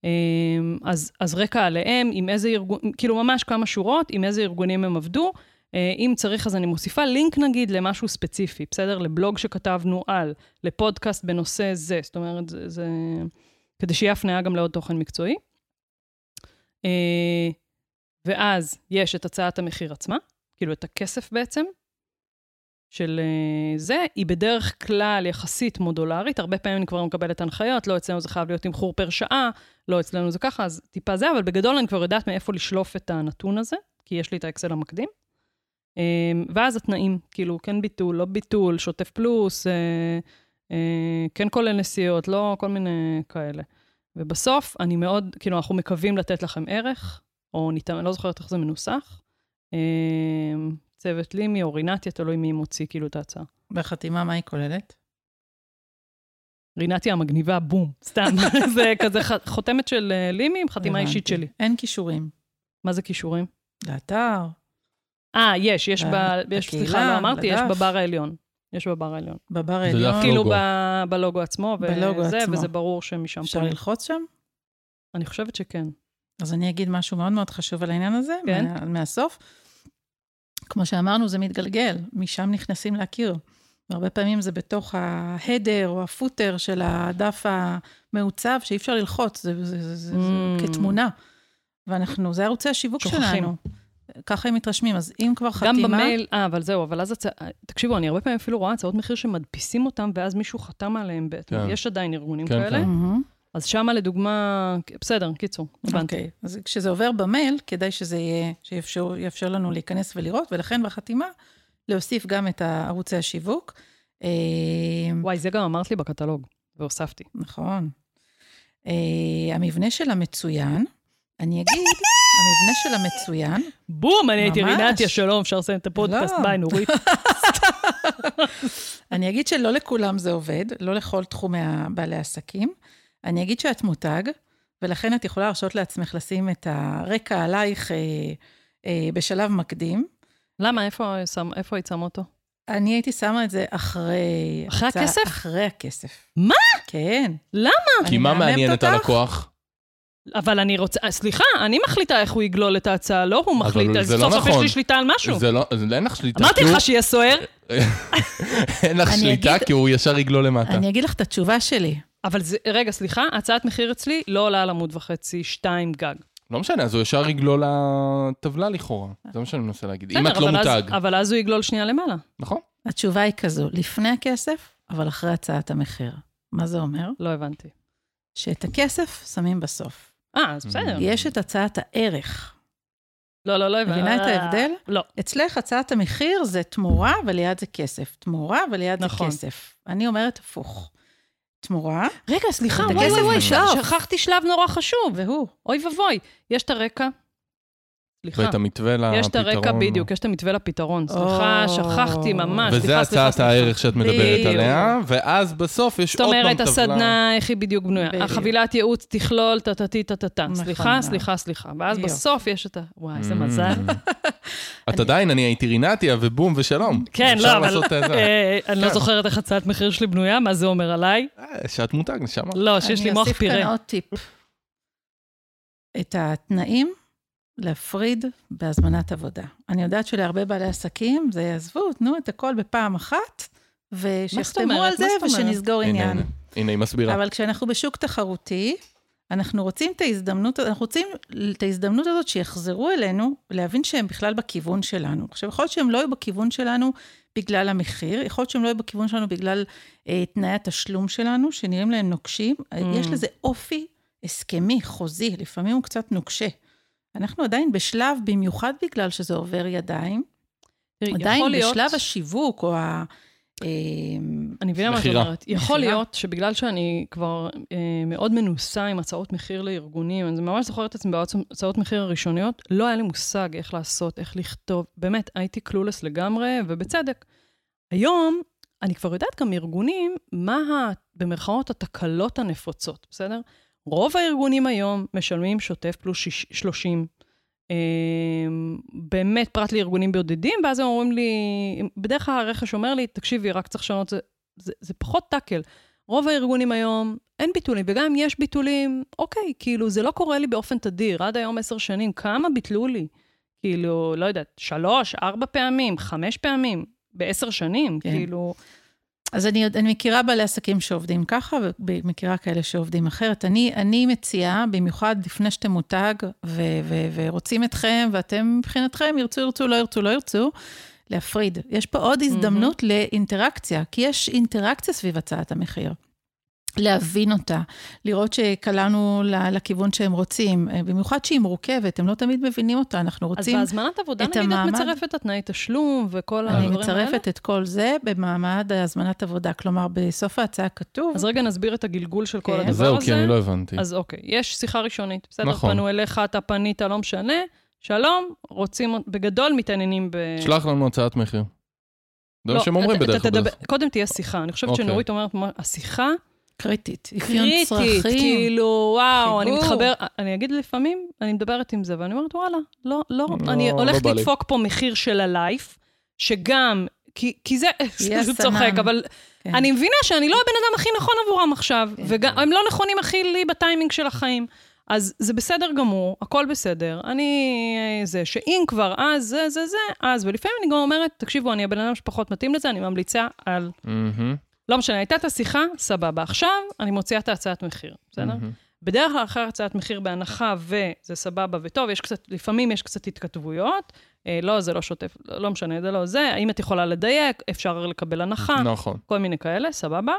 אז, אז רקע עליהם, עם איזה ארגון, כאילו ממש כמה שורות, עם איזה ארגונים הם עבדו, אם צריך אז אני מוסיפה לינק נגיד למשהו ספציפי, בסדר? לבלוג שכתבנו על, לפודקאסט בנושא זה, זאת אומרת, זה, זה... כדי שיהיה הפניה גם לעוד תוכן מקצועי. ואז יש את הצעת המחיר עצמה, כאילו את הכסף בעצם, של זה, היא בדרך כלל יחסית מודולרית, הרבה פעמים אני כבר מקבלת הנחיות, לא אצלנו זה חייב להיות תמחור פר שעה, לא אצלנו זה ככה, אז טיפה זה, אבל בגדול אני כבר יודעת מאיפה לשלוף את הנתון הזה, כי יש לי את האקסל המקדים. ואז התנאים, כאילו, כן ביטול, לא ביטול, שוטף פלוס, כן כולל נסיעות, לא כל מיני כאלה. ובסוף אני מאוד, כאילו, אנחנו מקווים לתת לכם ערך, או ניתן, אני לא זוכרת איך זה מנוסח, צוות לימי או רינתיה, תלוי מי מוציא כאילו את ההצעה. בחתימה, מה היא כוללת? רינתיה המגניבה, בום, סתם. זה כזה חותמת של לימי עם חתימה אישית שלי. אין קישורים. מה זה קישורים? לאתר. אה, יש, יש, סליחה, לא אמרתי, יש בבר העליון. יש בבר העליון. בבר העליון. כאילו בלוגו עצמו, וזה, וזה ברור שמשם. אפשר ללחוץ שם? אני חושבת שכן. אז אני אגיד משהו מאוד מאוד חשוב על העניין הזה, מהסוף. כמו שאמרנו, זה מתגלגל, משם נכנסים להכיר. והרבה פעמים זה בתוך ההדר או הפוטר של הדף המעוצב, שאי אפשר ללחוץ, זה, זה, זה, זה, mm. זה כתמונה. ואנחנו, זה ערוצי השיווק שוכחים. שלנו. ככה הם מתרשמים, אז אם כבר חתימה... גם במייל, אה, אבל זהו, אבל אז, הצ... תקשיבו, אני הרבה פעמים אפילו רואה הצעות מחיר שמדפיסים אותם, ואז מישהו חתם עליהם, כן. יש עדיין ארגונים כן, כאלה. כן. אז שמה לדוגמה, בסדר, קיצור, הבנתי. אוקיי, אז כשזה עובר במייל, כדאי שזה יהיה, שיאפשר, יאפשר לנו להיכנס ולראות, ולכן בחתימה, להוסיף גם את ערוצי השיווק. וואי, זה גם אמרת לי בקטלוג, והוספתי. נכון. המבנה של המצוין, אני אגיד, המבנה של המצוין... בום, אני הייתי רינתיה, שלום, אפשר לסיים את הפודקאסט, ביי, נורית. אני אגיד שלא לכולם זה עובד, לא לכל תחומי בעלי העסקים. אני אגיד שאת מותג, ולכן את יכולה להרשות לעצמך לשים את הרקע עלייך אה, אה, בשלב מקדים. למה? איפה, איפה היית שם אותו? אני הייתי שמה את זה אחרי... אחרי הצע... הכסף? אחרי הכסף. מה? כן. למה? כי מה מעניין את הלקוח? אבל אני רוצה, סליחה, אני מחליטה איך הוא יגלול את ההצעה, לא הוא מחליט, אז סוף סוף יש לי שליטה על משהו. זה לא, אין לך שליטה. אמרתי לך שיהיה סוער. אין לך שליטה, כי הוא ישר יגלול למטה. אני אגיד לך את התשובה שלי. אבל רגע, סליחה, הצעת מחיר אצלי לא עולה על עמוד וחצי, שתיים גג. לא משנה, אז הוא ישר יגלול לטבלה לכאורה. זה מה שאני מנסה להגיד. אם את לא מותג. אבל אז הוא יגלול שנייה למעלה. נכון. התשובה היא כזו, לפני הכסף, אבל אחרי הצעת המחיר. מה זה אומר? לא הבנתי. שאת הכסף שמים בסוף. אה, אז בסדר. יש את הצעת הערך. לא, לא, לא. מבינה את ההבדל? לא. אצלך הצעת המחיר זה תמורה, וליד זה כסף. תמורה, וליד זה כסף. אני אומרת הפוך. תמורה. רגע, סליחה, וואי, וואי, וואי, שכחתי שלב נורא חשוב. והוא. אוי ובוי, יש את הרקע. סליחה. ואת המתווה לפתרון. יש את הרקע בדיוק, יש את המתווה לפתרון. סליחה, שכחתי ממש. וזה הצעת הערך שאת מדברת עליה, ואז בסוף יש עוד פעם טבלה. זאת אומרת, הסדנה, איך היא בדיוק בנויה. החבילת ייעוץ תכלול, טטטי, טטטה. סליחה, סליחה, סליחה. ואז בסוף יש את ה... וואי, איזה מזל. את עדיין, אני הייתי רינתיה, ובום, ושלום. כן, לא, אבל אני לא זוכרת איך הצעת מחיר שלי בנויה, מה זה אומר עליי? שאת מותג, נשמה. לא, שיש לי מוח פירה. אני אוסיף כאן עוד טיפ. את התנאים להפריד בהזמנת עבודה. אני יודעת שלהרבה בעלי עסקים, זה יעזבו, תנו את הכל בפעם אחת, ושיחתמו על זה, ושנסגור עניין. הנה, הנה, היא מסבירה. אבל כשאנחנו בשוק תחרותי, אנחנו רוצים את ההזדמנות, אנחנו רוצים את ההזדמנות הזאת שיחזרו אלינו, להבין שהם בכלל בכיוון שלנו. עכשיו, יכול להיות שהם לא יהיו בכיוון שלנו בגלל המחיר, יכול להיות שהם לא יהיו בכיוון שלנו בגלל אה, תנאי התשלום שלנו, שנראים להם נוקשים. Mm. יש לזה אופי הסכמי, חוזי, לפעמים הוא קצת נוקשה. אנחנו עדיין בשלב, במיוחד בגלל שזה עובר ידיים, עדיין בשלב השיווק או ה... אני מבינה מה את אומרת. יכול להיות שבגלל שאני כבר מאוד מנוסה עם הצעות מחיר לארגונים, אני ממש זוכרת את עצמי בהצעות מחיר הראשוניות, לא היה לי מושג איך לעשות, איך לכתוב. באמת, הייתי קלולס לגמרי, ובצדק. היום, אני כבר יודעת גם ארגונים, מה במרכאות התקלות הנפוצות, בסדר? רוב הארגונים היום משלמים שוטף פלוס שלושים. באמת פרט לארגונים בודדים, ואז הם אומרים לי, בדרך כלל הרכש אומר לי, תקשיבי, רק צריך לשנות, זה, זה, זה פחות טקל. רוב הארגונים היום אין ביטולים, וגם אם יש ביטולים, אוקיי, כאילו, זה לא קורה לי באופן תדיר, עד היום עשר שנים, כמה ביטלו לי? כאילו, לא יודעת, שלוש, ארבע פעמים, חמש פעמים, בעשר שנים, כן. כאילו... אז אני, אני מכירה בעלי עסקים שעובדים ככה, ומכירה כאלה שעובדים אחרת. אני, אני מציעה, במיוחד לפני שאתם מותג, ו, ו, ורוצים אתכם, ואתם מבחינתכם, ירצו, ירצו, לא ירצו, לא ירצו, להפריד. יש פה עוד הזדמנות mm-hmm. לאינטראקציה, כי יש אינטראקציה סביב הצעת המחיר. להבין אותה, לראות שקלענו לכיוון שהם רוצים, במיוחד שהיא מורכבת, הם לא תמיד מבינים אותה, אנחנו רוצים אז בהזמנת עבודה נגיד את מצרפת את תנאי תשלום וכל הדברים האלה? אני מצרפת את כל זה במעמד הזמנת עבודה, כלומר בסוף ההצעה כתוב. אז רגע נסביר את הגלגול של כל הדבר הזה. זהו, כי אני לא הבנתי. אז אוקיי, יש שיחה ראשונית, בסדר, פנו אליך, אתה פנית, לא משנה, שלום, רוצים, בגדול מתעניינים ב... שלח לנו הצעת מחיר. זה מה שהם אומרים בדרך כלל. קודם תהיה שיחה, אני חושבת שנורית אומרת, השיחה קריטית, קריטית, כאילו, וואו, אני מתחבר, אני אגיד לפעמים, אני מדברת עם זה, ואני אומרת, וואלה, לא, לא, אני הולכת לדפוק פה מחיר של הלייף, שגם, כי זה, זה צוחק, אבל אני מבינה שאני לא הבן אדם הכי נכון עבורם עכשיו, והם לא נכונים הכי לי בטיימינג של החיים, אז זה בסדר גמור, הכל בסדר, אני, זה, שאם כבר, אז זה, זה, זה, אז, ולפעמים אני גם אומרת, תקשיבו, אני הבן אדם שפחות מתאים לזה, אני ממליצה על... לא משנה, הייתה את השיחה, סבבה. עכשיו, אני מוציאה את ההצעת מחיר, בסדר? בדרך כלל אחר הצעת מחיר בהנחה, וזה סבבה וטוב, יש קצת, לפעמים יש קצת התכתבויות, לא, זה לא שוטף, לא משנה, זה לא זה, האם את יכולה לדייק, אפשר לקבל הנחה, נכון. כל מיני כאלה, סבבה.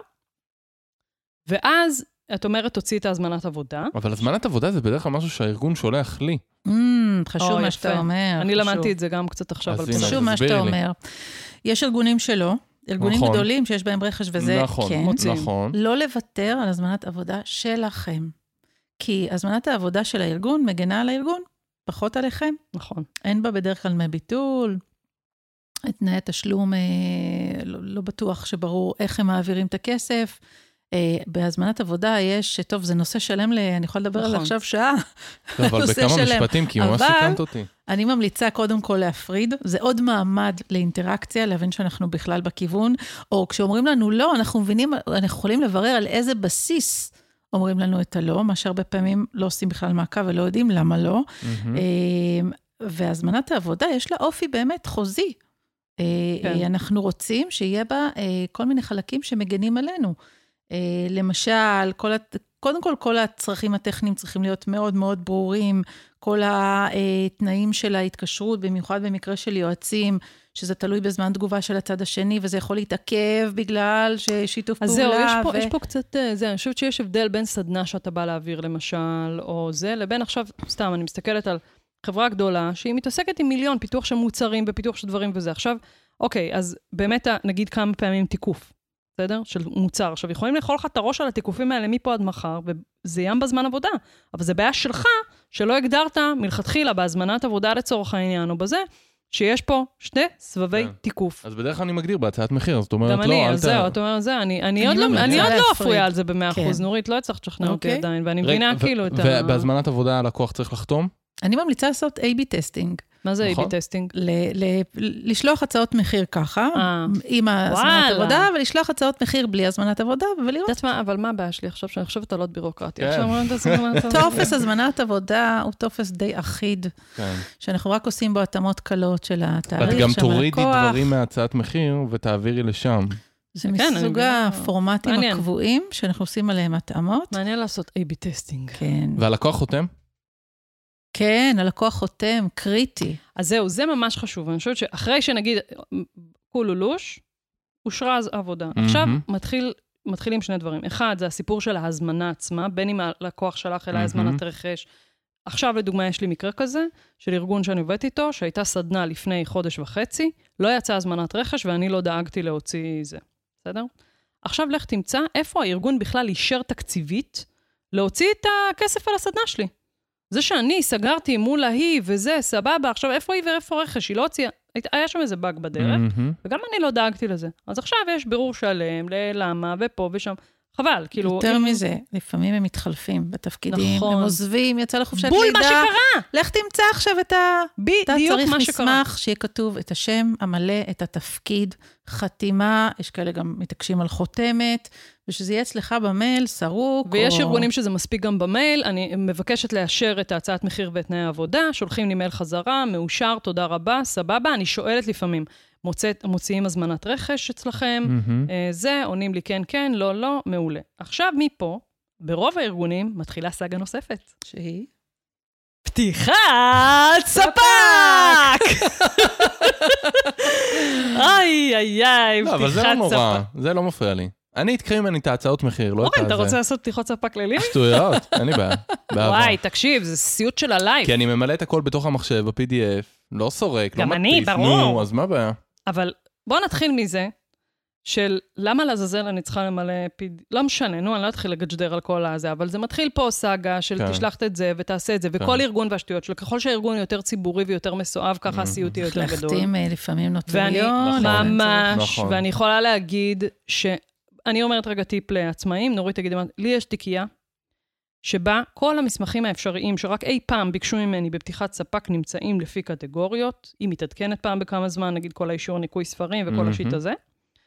ואז, את אומרת, תוציא את ההזמנת עבודה. אבל הזמנת עבודה זה בדרך כלל משהו שהארגון שולח לי. חשוב מה שאתה אומר. אני למדתי את זה גם קצת עכשיו. חשוב מה שאתה אומר. יש ארגונים שלא, ארגונים נכון. גדולים שיש בהם רכש וזה נכון, כן. מוצאים. נכון. לא לוותר על הזמנת עבודה שלכם. כי הזמנת העבודה של הארגון מגנה על הארגון, פחות עליכם. נכון. אין בה בדרך כלל מביטול, את תנאי התשלום, אה, לא, לא בטוח שברור איך הם מעבירים את הכסף. אה, בהזמנת עבודה יש, טוב, זה נושא שלם, ל, אני יכולה לדבר נכון. על עכשיו שעה. אבל בכמה שלם. משפטים, כי ממש סיכנת אותי. אני ממליצה קודם כל להפריד, זה עוד מעמד לאינטראקציה, להבין שאנחנו בכלל בכיוון, או כשאומרים לנו לא, אנחנו מבינים, אנחנו יכולים לברר על איזה בסיס אומרים לנו את הלא, מה שהרבה פעמים לא עושים בכלל מעקב ולא יודעים למה לא. והזמנת העבודה יש לה אופי באמת חוזי. אנחנו רוצים שיהיה בה כל מיני חלקים שמגנים עלינו. למשל, כל הת... קודם כל, כל הצרכים הטכניים צריכים להיות מאוד מאוד ברורים, כל התנאים של ההתקשרות, במיוחד במקרה של יועצים, שזה תלוי בזמן תגובה של הצד השני, וזה יכול להתעכב בגלל ששיתוף פעולה. אז זהו, יש פה, ו... יש פה קצת, זה, אני חושבת שיש הבדל בין סדנה שאתה בא להעביר למשל, או זה, לבין עכשיו, סתם, אני מסתכלת על חברה גדולה, שהיא מתעסקת עם מיליון פיתוח של מוצרים ופיתוח של דברים וזה. עכשיו, אוקיי, אז באמת נגיד כמה פעמים תיקוף, בסדר? של מוצר. עכשיו, יכולים לאכול לך את הראש על התיקופים האלה מפה עד מחר, וזה ים בזמן עבודה. אבל זה בעיה שלך, שלא הגדרת מלכתחילה בהזמנת עבודה לצורך העניין, או בזה, שיש פה שני סבבי תיקוף. אז בדרך כלל אני מגדיר בהצעת מחיר, זאת אומרת, לא, אל תהיה. גם אני, אז זהו, את אומרת, זה, אני עוד לא אפויה על זה ב-מאה אחוז, נורית, לא הצלחת לשכנע אותי עדיין, ואני מבינה כאילו את ה... ובהזמנת עבודה הלקוח צריך לחתום? אני ממליצה לעשות איי בי טסטינג. מה זה איי בי טסטינג? לשלוח הצעות מחיר ככה, עם הזמנת עבודה, ולשלוח הצעות מחיר בלי הזמנת עבודה, ולראות. יודעת מה, אבל מה הבעיה שלי? עכשיו שאני חושבת על עוד בירוקרטיה. טופס הזמנת עבודה הוא טופס די אחיד, שאנחנו רק עושים בו התאמות קלות של התאריך, את גם תורידי דברים מהצעת מחיר, ותעבירי לשם. זה מסוג הפורמטים הקבועים, שאנחנו עושים עליהם התאמות. מעניין לעשות איי בי טסטינג. כן. והלקוח חותם? כן, הלקוח חותם, קריטי. אז זהו, זה ממש חשוב. אני חושבת שאחרי שנגיד, קולולוש, אושרה אז עבודה. עכשיו מתחיל, מתחילים שני דברים. אחד, זה הסיפור של ההזמנה עצמה, בין אם הלקוח שלח אליי הזמנת רכש. עכשיו, לדוגמה, יש לי מקרה כזה, של ארגון שאני עובדת איתו, שהייתה סדנה לפני חודש וחצי, לא יצאה הזמנת רכש, ואני לא דאגתי להוציא זה. בסדר? עכשיו לך תמצא איפה הארגון בכלל אישר תקציבית, להוציא את הכסף על הסדנה שלי. זה שאני סגרתי מול ההיא וזה, סבבה, עכשיו איפה היא ואיפה רכש? היא לא הוציאה, היה שם איזה באג בדרך, וגם אני לא דאגתי לזה. אז עכשיו יש בירור שלם, ללמה, ופה ושם. חבל, כאילו... יותר מזה, לפעמים הם מתחלפים בתפקידים, נכון. הם עוזבים, יצא לחופשת לידה. בול מה שקרה! לך תמצא עכשיו את ה... בדיוק מה שקרה. אתה צריך מסמך שיהיה כתוב את השם המלא, את התפקיד, חתימה, יש כאלה גם מתעקשים על חותמת, ושזה יהיה אצלך במייל, סרוק. ויש או... ארגונים שזה מספיק גם במייל, אני מבקשת לאשר את ההצעת מחיר ואת תנאי העבודה, שולחים לי מייל חזרה, מאושר, תודה רבה, סבבה, אני שואלת לפעמים, מוצאת, מוציאים הזמנת רכש אצלכם, mm-hmm. זה, עונים לי כן, כן, לא, לא, מעולה. עכשיו מפה, ברוב הארגונים, מתחילה סאגה נוספת. שהיא? פתיחת ספק! איי, איי, איי, לא, אבל זה לא נורא, זה לא מפריע לי. אני אתקריא ממני את ההצעות מחיר, לא את זה. אורן, אתה רוצה לעשות פתיחות ספק לילי? שטויות, אין לי בעיה. וואי, תקשיב, זה סיוט של הלייב. כי אני ממלא את הכל בתוך המחשב, ב-פי די אף, לא סורק, לא מדפיס. גם אני, ברור. נו, אז מה בעיה? אבל בוא נתחיל מזה, של למה לעזאזל אני צריכה למלא פי די אף, לא משנה, נו, אני לא אתחיל לג'דר על כל הזה, אבל זה מתחיל פה סאגה של תשלח את זה ותעשה את זה, וכל ארגון והשטויות שלו, ככל שהארגון יותר ציבורי ויותר מסואב, ככה הסיוט יהיה יותר גדול. להחתים לפעמים נוטריון. ממש, ואני יכולה להגיד שאני אומרת רגע טיפ לעצמאים, נורית תגיד, לי יש תיקייה, שבה כל המסמכים האפשריים שרק אי פעם ביקשו ממני בפתיחת ספק נמצאים לפי קטגוריות, היא מתעדכנת פעם בכמה זמן, נגיד כל האישור ניקוי ספרים וכל mm-hmm. השיט הזה.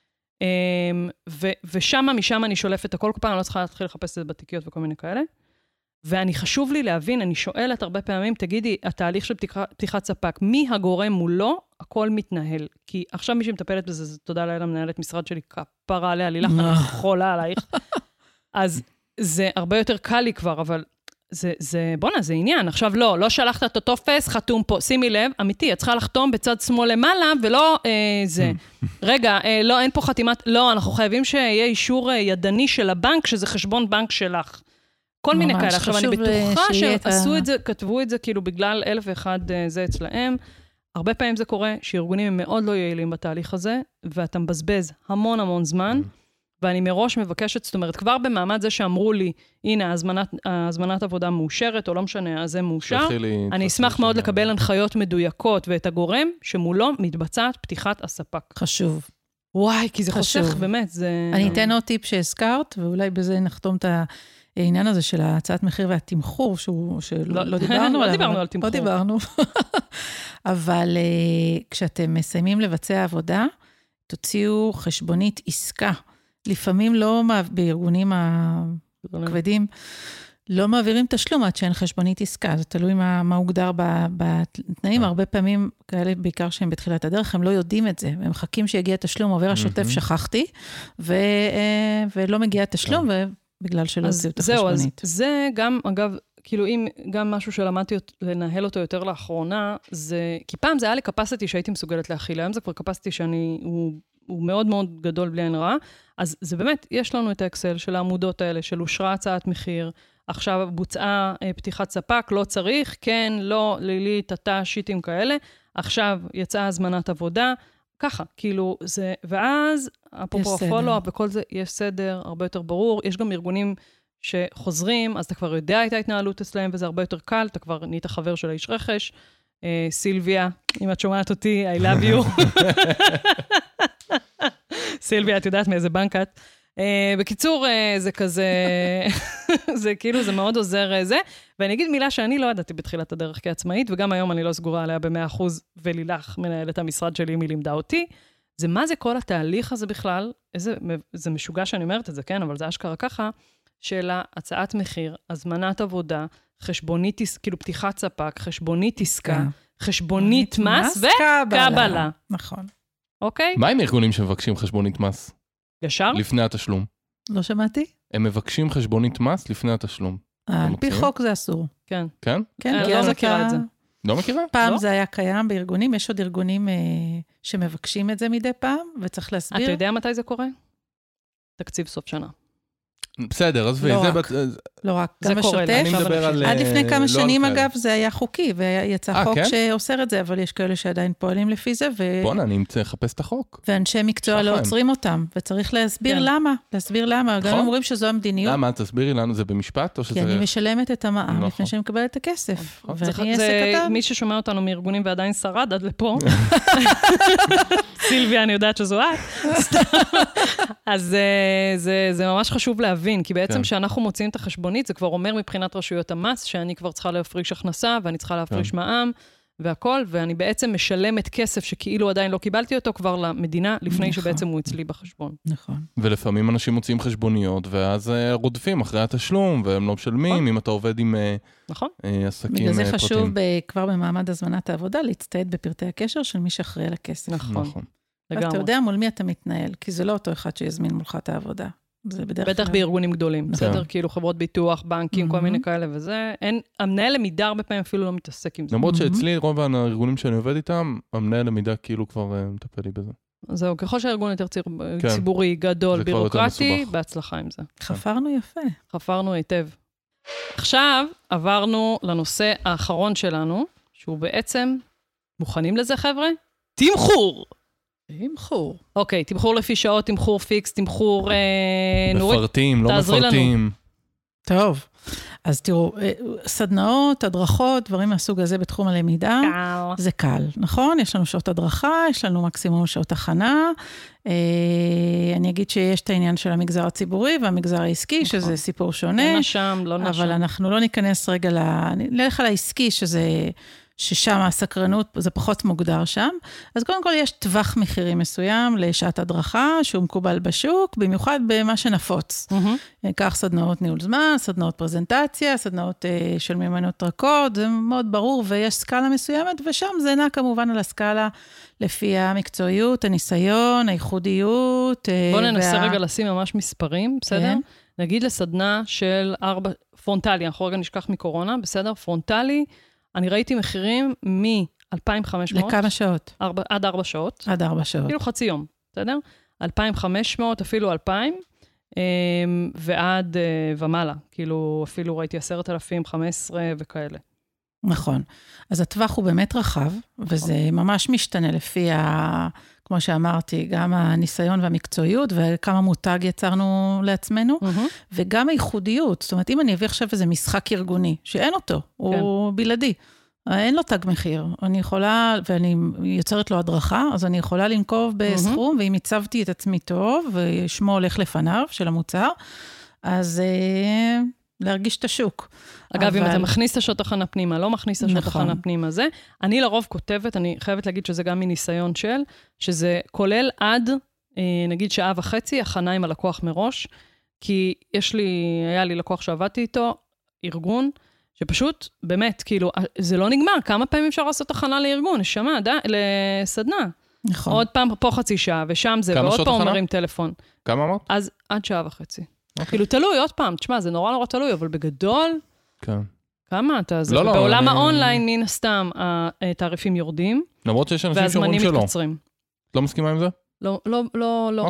ו- ושם, משם אני שולפת הכל, כל פעם אני לא צריכה להתחיל לחפש את זה בתיקיות וכל מיני כאלה. ואני חשוב לי להבין, אני שואלת הרבה פעמים, תגידי, התהליך של פתיח, פתיחת ספק, מי הגורם מולו, הכל מתנהל. כי עכשיו מי שמטפלת בזה, זה תודה לילה מנהלת משרד שלי, כפרה עליה, לילך, אני חולה עלייך. אז זה הרבה יותר קל לי כבר, אבל זה, זה, בונה, זה עניין. עכשיו לא, לא שלחת את הטופס, חתום פה, שימי לב, אמיתי, את צריכה לחתום בצד שמאל למעלה, ולא אה, זה. רגע, אה, לא, אין פה חתימת, לא, אנחנו חייבים שיהיה אישור אה, ידני של הבנק, שזה חשבון בנק שלך. כל מיני כאלה. עכשיו, אני בטוחה שעשו את זה, כתבו את זה, כאילו, בגלל אלף ואחד זה אצלהם. הרבה פעמים זה קורה, שארגונים הם מאוד לא יעילים בתהליך הזה, ואתה מבזבז המון המון זמן, ואני מראש מבקשת, זאת אומרת, כבר במעמד זה שאמרו לי, הנה, הזמנת עבודה מאושרת, או לא משנה, אז זה מאושר, אני אשמח מאוד לקבל הנחיות מדויקות, ואת הגורם שמולו מתבצעת פתיחת הספק. חשוב. וואי, כי זה חושך, באמת, זה... אני אתן עוד טיפ שהזכרת, ואולי בזה נחתום את העניין הזה של הצעת מחיר והתמחור, שלא דיברנו עליו. לא דיברנו על תמחור. לא דיברנו. אבל כשאתם מסיימים לבצע עבודה, תוציאו חשבונית עסקה. לפעמים לא, בארגונים הכבדים, לא מעבירים תשלום עד שאין חשבונית עסקה. זה תלוי מה, מה הוגדר בתנאים. הרבה פעמים, כאלה בעיקר שהם בתחילת הדרך, הם לא יודעים את זה. הם מחכים שיגיע תשלום, עובר השוטף, שכחתי, ו, ולא מגיע תשלום, ובגלל שלא הוציאו את החשבונית. אז זה גם, אגב, כאילו אם גם משהו שלמדתי לנהל אותו יותר לאחרונה, זה, כי פעם זה היה לי capacity שהייתי מסוגלת להכיל, היום זה כבר capacity שאני, הוא, הוא מאוד מאוד גדול בלי עין רע, אז זה באמת, יש לנו את האקסל של העמודות האלה, של אושרה הצעת מחיר, עכשיו בוצעה פתיחת ספק, לא צריך, כן, לא, לילי, תתה, שיטים כאלה, עכשיו יצאה הזמנת עבודה, ככה, כאילו, זה, ואז, אפרופו הפולו-אפ וכל זה, יש סדר, הרבה יותר ברור, יש גם ארגונים שחוזרים, אז אתה כבר יודע את ההתנהלות אצלהם, וזה הרבה יותר קל, אתה כבר נהיית חבר של האיש רכש, אה, סילביה, אם את שומעת אותי, I love you. סילביה, את יודעת מאיזה בנק את. Uh, בקיצור, uh, זה כזה, זה כאילו, זה מאוד עוזר uh, זה, ואני אגיד מילה שאני לא ידעתי בתחילת הדרך כעצמאית, וגם היום אני לא סגורה עליה ב-מאה אחוז, ולילך מנהלת המשרד שלי, מי לימדה אותי, זה מה זה כל התהליך הזה בכלל, איזה, זה משוגע שאני אומרת את זה, כן, אבל זה אשכרה ככה, של הצעת מחיר, הזמנת עבודה, חשבונית, כאילו פתיחת ספק, חשבונית עסקה, חשבונית מס וקבלה. נכון. אוקיי? מה עם ארגונים שמבקשים חשבונית מס? ישר? לפני התשלום. לא שמעתי? הם מבקשים חשבונית מס לפני התשלום. על פי חוק זה אסור. כן. כן? כן, אני לא מכירה את זה. לא מכירה? פעם זה היה קיים בארגונים, יש עוד ארגונים שמבקשים את זה מדי פעם, וצריך להסביר. אתה יודע מתי זה קורה? תקציב סוף שנה. בסדר, אז לא זה... רק, לא רק, גם השוטף. אני מדבר על... עד לפני כמה שנים, אגב, זה היה חוקי, ויצא חוק שאוסר את זה, אבל יש כאלה שעדיין פועלים לפי זה, ו... בוא אני אמצא, לחפש את החוק. ואנשי מקצוע לא עוצרים אותם, וצריך להסביר למה, להסביר למה, גם אומרים שזו המדיניות. למה? תסבירי לנו, זה במשפט או שזה... כי אני משלמת את המע"מ לפני שאני מקבלת את הכסף, ואני עסק קטן. מי ששומע אותנו מארגונים ועדיין שרד עד לפה, סילביה, אני יודעת שזו את. אז זה ממש חשוב להבין, כי בעצם שאנחנו מוצאים את החשבונית, זה כבר אומר מבחינת רשויות המס, שאני כבר צריכה להפריש הכנסה, ואני צריכה להפריש מע"מ, והכל, ואני בעצם משלמת כסף שכאילו עדיין לא קיבלתי אותו כבר למדינה, לפני שבעצם הוא אצלי בחשבון. נכון. ולפעמים אנשים מוצאים חשבוניות, ואז רודפים אחרי התשלום, והם לא משלמים, אם אתה עובד עם עסקים פרטיים. בגלל זה חשוב כבר במעמד הזמנת העבודה, להצטייד בפרטי הקשר של מי שאחראי לכסף. נכון. אז אתה יודע מול מי אתה מתנהל, כי זה לא אותו אחד שיזמין מולך את העבודה. בטח בארגונים גדולים, בסדר? כאילו חברות ביטוח, בנקים, כל מיני כאלה וזה. המנהל למידה הרבה פעמים אפילו לא מתעסק עם זה. למרות שאצלי רוב הארגונים שאני עובד איתם, המנהל למידה כאילו כבר מטפל לי בזה. זהו, ככל שהארגון יותר ציבורי, גדול, בירוקרטי, בהצלחה עם זה. חפרנו יפה. חפרנו היטב. עכשיו עברנו לנושא האחרון שלנו, שהוא בעצם, מוכנים לזה חבר'ה? תמחור! תמחור. אוקיי, תמחור לפי שעות, תמחור פיקס, תמחור... מפרטים, לא מפרטים. טוב, אז תראו, סדנאות, הדרכות, דברים מהסוג הזה בתחום הלמידה, זה קל, נכון? יש לנו שעות הדרכה, יש לנו מקסימום שעות הכנה. אני אגיד שיש את העניין של המגזר הציבורי והמגזר העסקי, שזה סיפור שונה. לא נשם, לא נשם. אבל אנחנו לא ניכנס רגע ל... נלך על העסקי, שזה... ששם הסקרנות, זה פחות מוגדר שם. אז קודם כל יש טווח מחירים מסוים לשעת הדרכה, שהוא מקובל בשוק, במיוחד במה שנפוץ. Mm-hmm. כך סדנאות ניהול זמן, סדנאות פרזנטציה, סדנאות uh, של מיומנות רכות, זה מאוד ברור, ויש סקאלה מסוימת, ושם זה נע כמובן על הסקאלה, לפי המקצועיות, הניסיון, הייחודיות. בוא ננסה וה... רגע לשים ממש מספרים, בסדר? כן. נגיד לסדנה של ארבע, פרונטלי, אנחנו רגע נשכח מקורונה, בסדר? פרונטלי, אני ראיתי מחירים מ-אלפיים וחמש מאות. לכמה שעות? ארבע, עד ארבע שעות. עד ארבע שעות. כאילו חצי יום, בסדר? אלפיים וחמש מאות, אפילו אלפיים, ועד ומעלה. כאילו, אפילו ראיתי עשרת אלפים, חמש עשרה וכאלה. נכון. אז הטווח הוא באמת רחב, וזה ממש משתנה לפי, ה, כמו שאמרתי, גם הניסיון והמקצועיות, וכמה מותג יצרנו לעצמנו, mm-hmm. וגם הייחודיות. זאת אומרת, אם אני אביא עכשיו איזה משחק ארגוני, שאין אותו, כן. הוא בלעדי, אין לו תג מחיר. אני יכולה, ואני יוצרת לו הדרכה, אז אני יכולה לנקוב בסכום, mm-hmm. ואם הצבתי את עצמי טוב, ושמו הולך לפניו של המוצר, אז... להרגיש את השוק. אגב, אבל... אם אתה מכניס את השעות הכנה פנימה, לא מכניס את השעות הכנה נכון. פנימה זה, אני לרוב כותבת, אני חייבת להגיד שזה גם מניסיון של, שזה כולל עד, נגיד שעה וחצי, הכנה עם הלקוח מראש, כי יש לי, היה לי לקוח שעבדתי איתו, ארגון, שפשוט, באמת, כאילו, זה לא נגמר, כמה פעמים אפשר לעשות הכנה לארגון, שמע, ד... לסדנה. נכון. עוד פעם פה חצי שעה, ושם זה, ועוד פעם אומרים טלפון. כמה אמרת? אז עד שעה וחצי. כאילו תלוי, עוד פעם, תשמע, זה נורא נורא תלוי, אבל בגדול, כמה אתה זה? בעולם האונליין, מן הסתם, התעריפים יורדים, למרות שיש אנשים שאומרים שלא. והזמנים מתקצרים. לא מסכימה עם זה? לא, לא, לא, לא. אוקיי.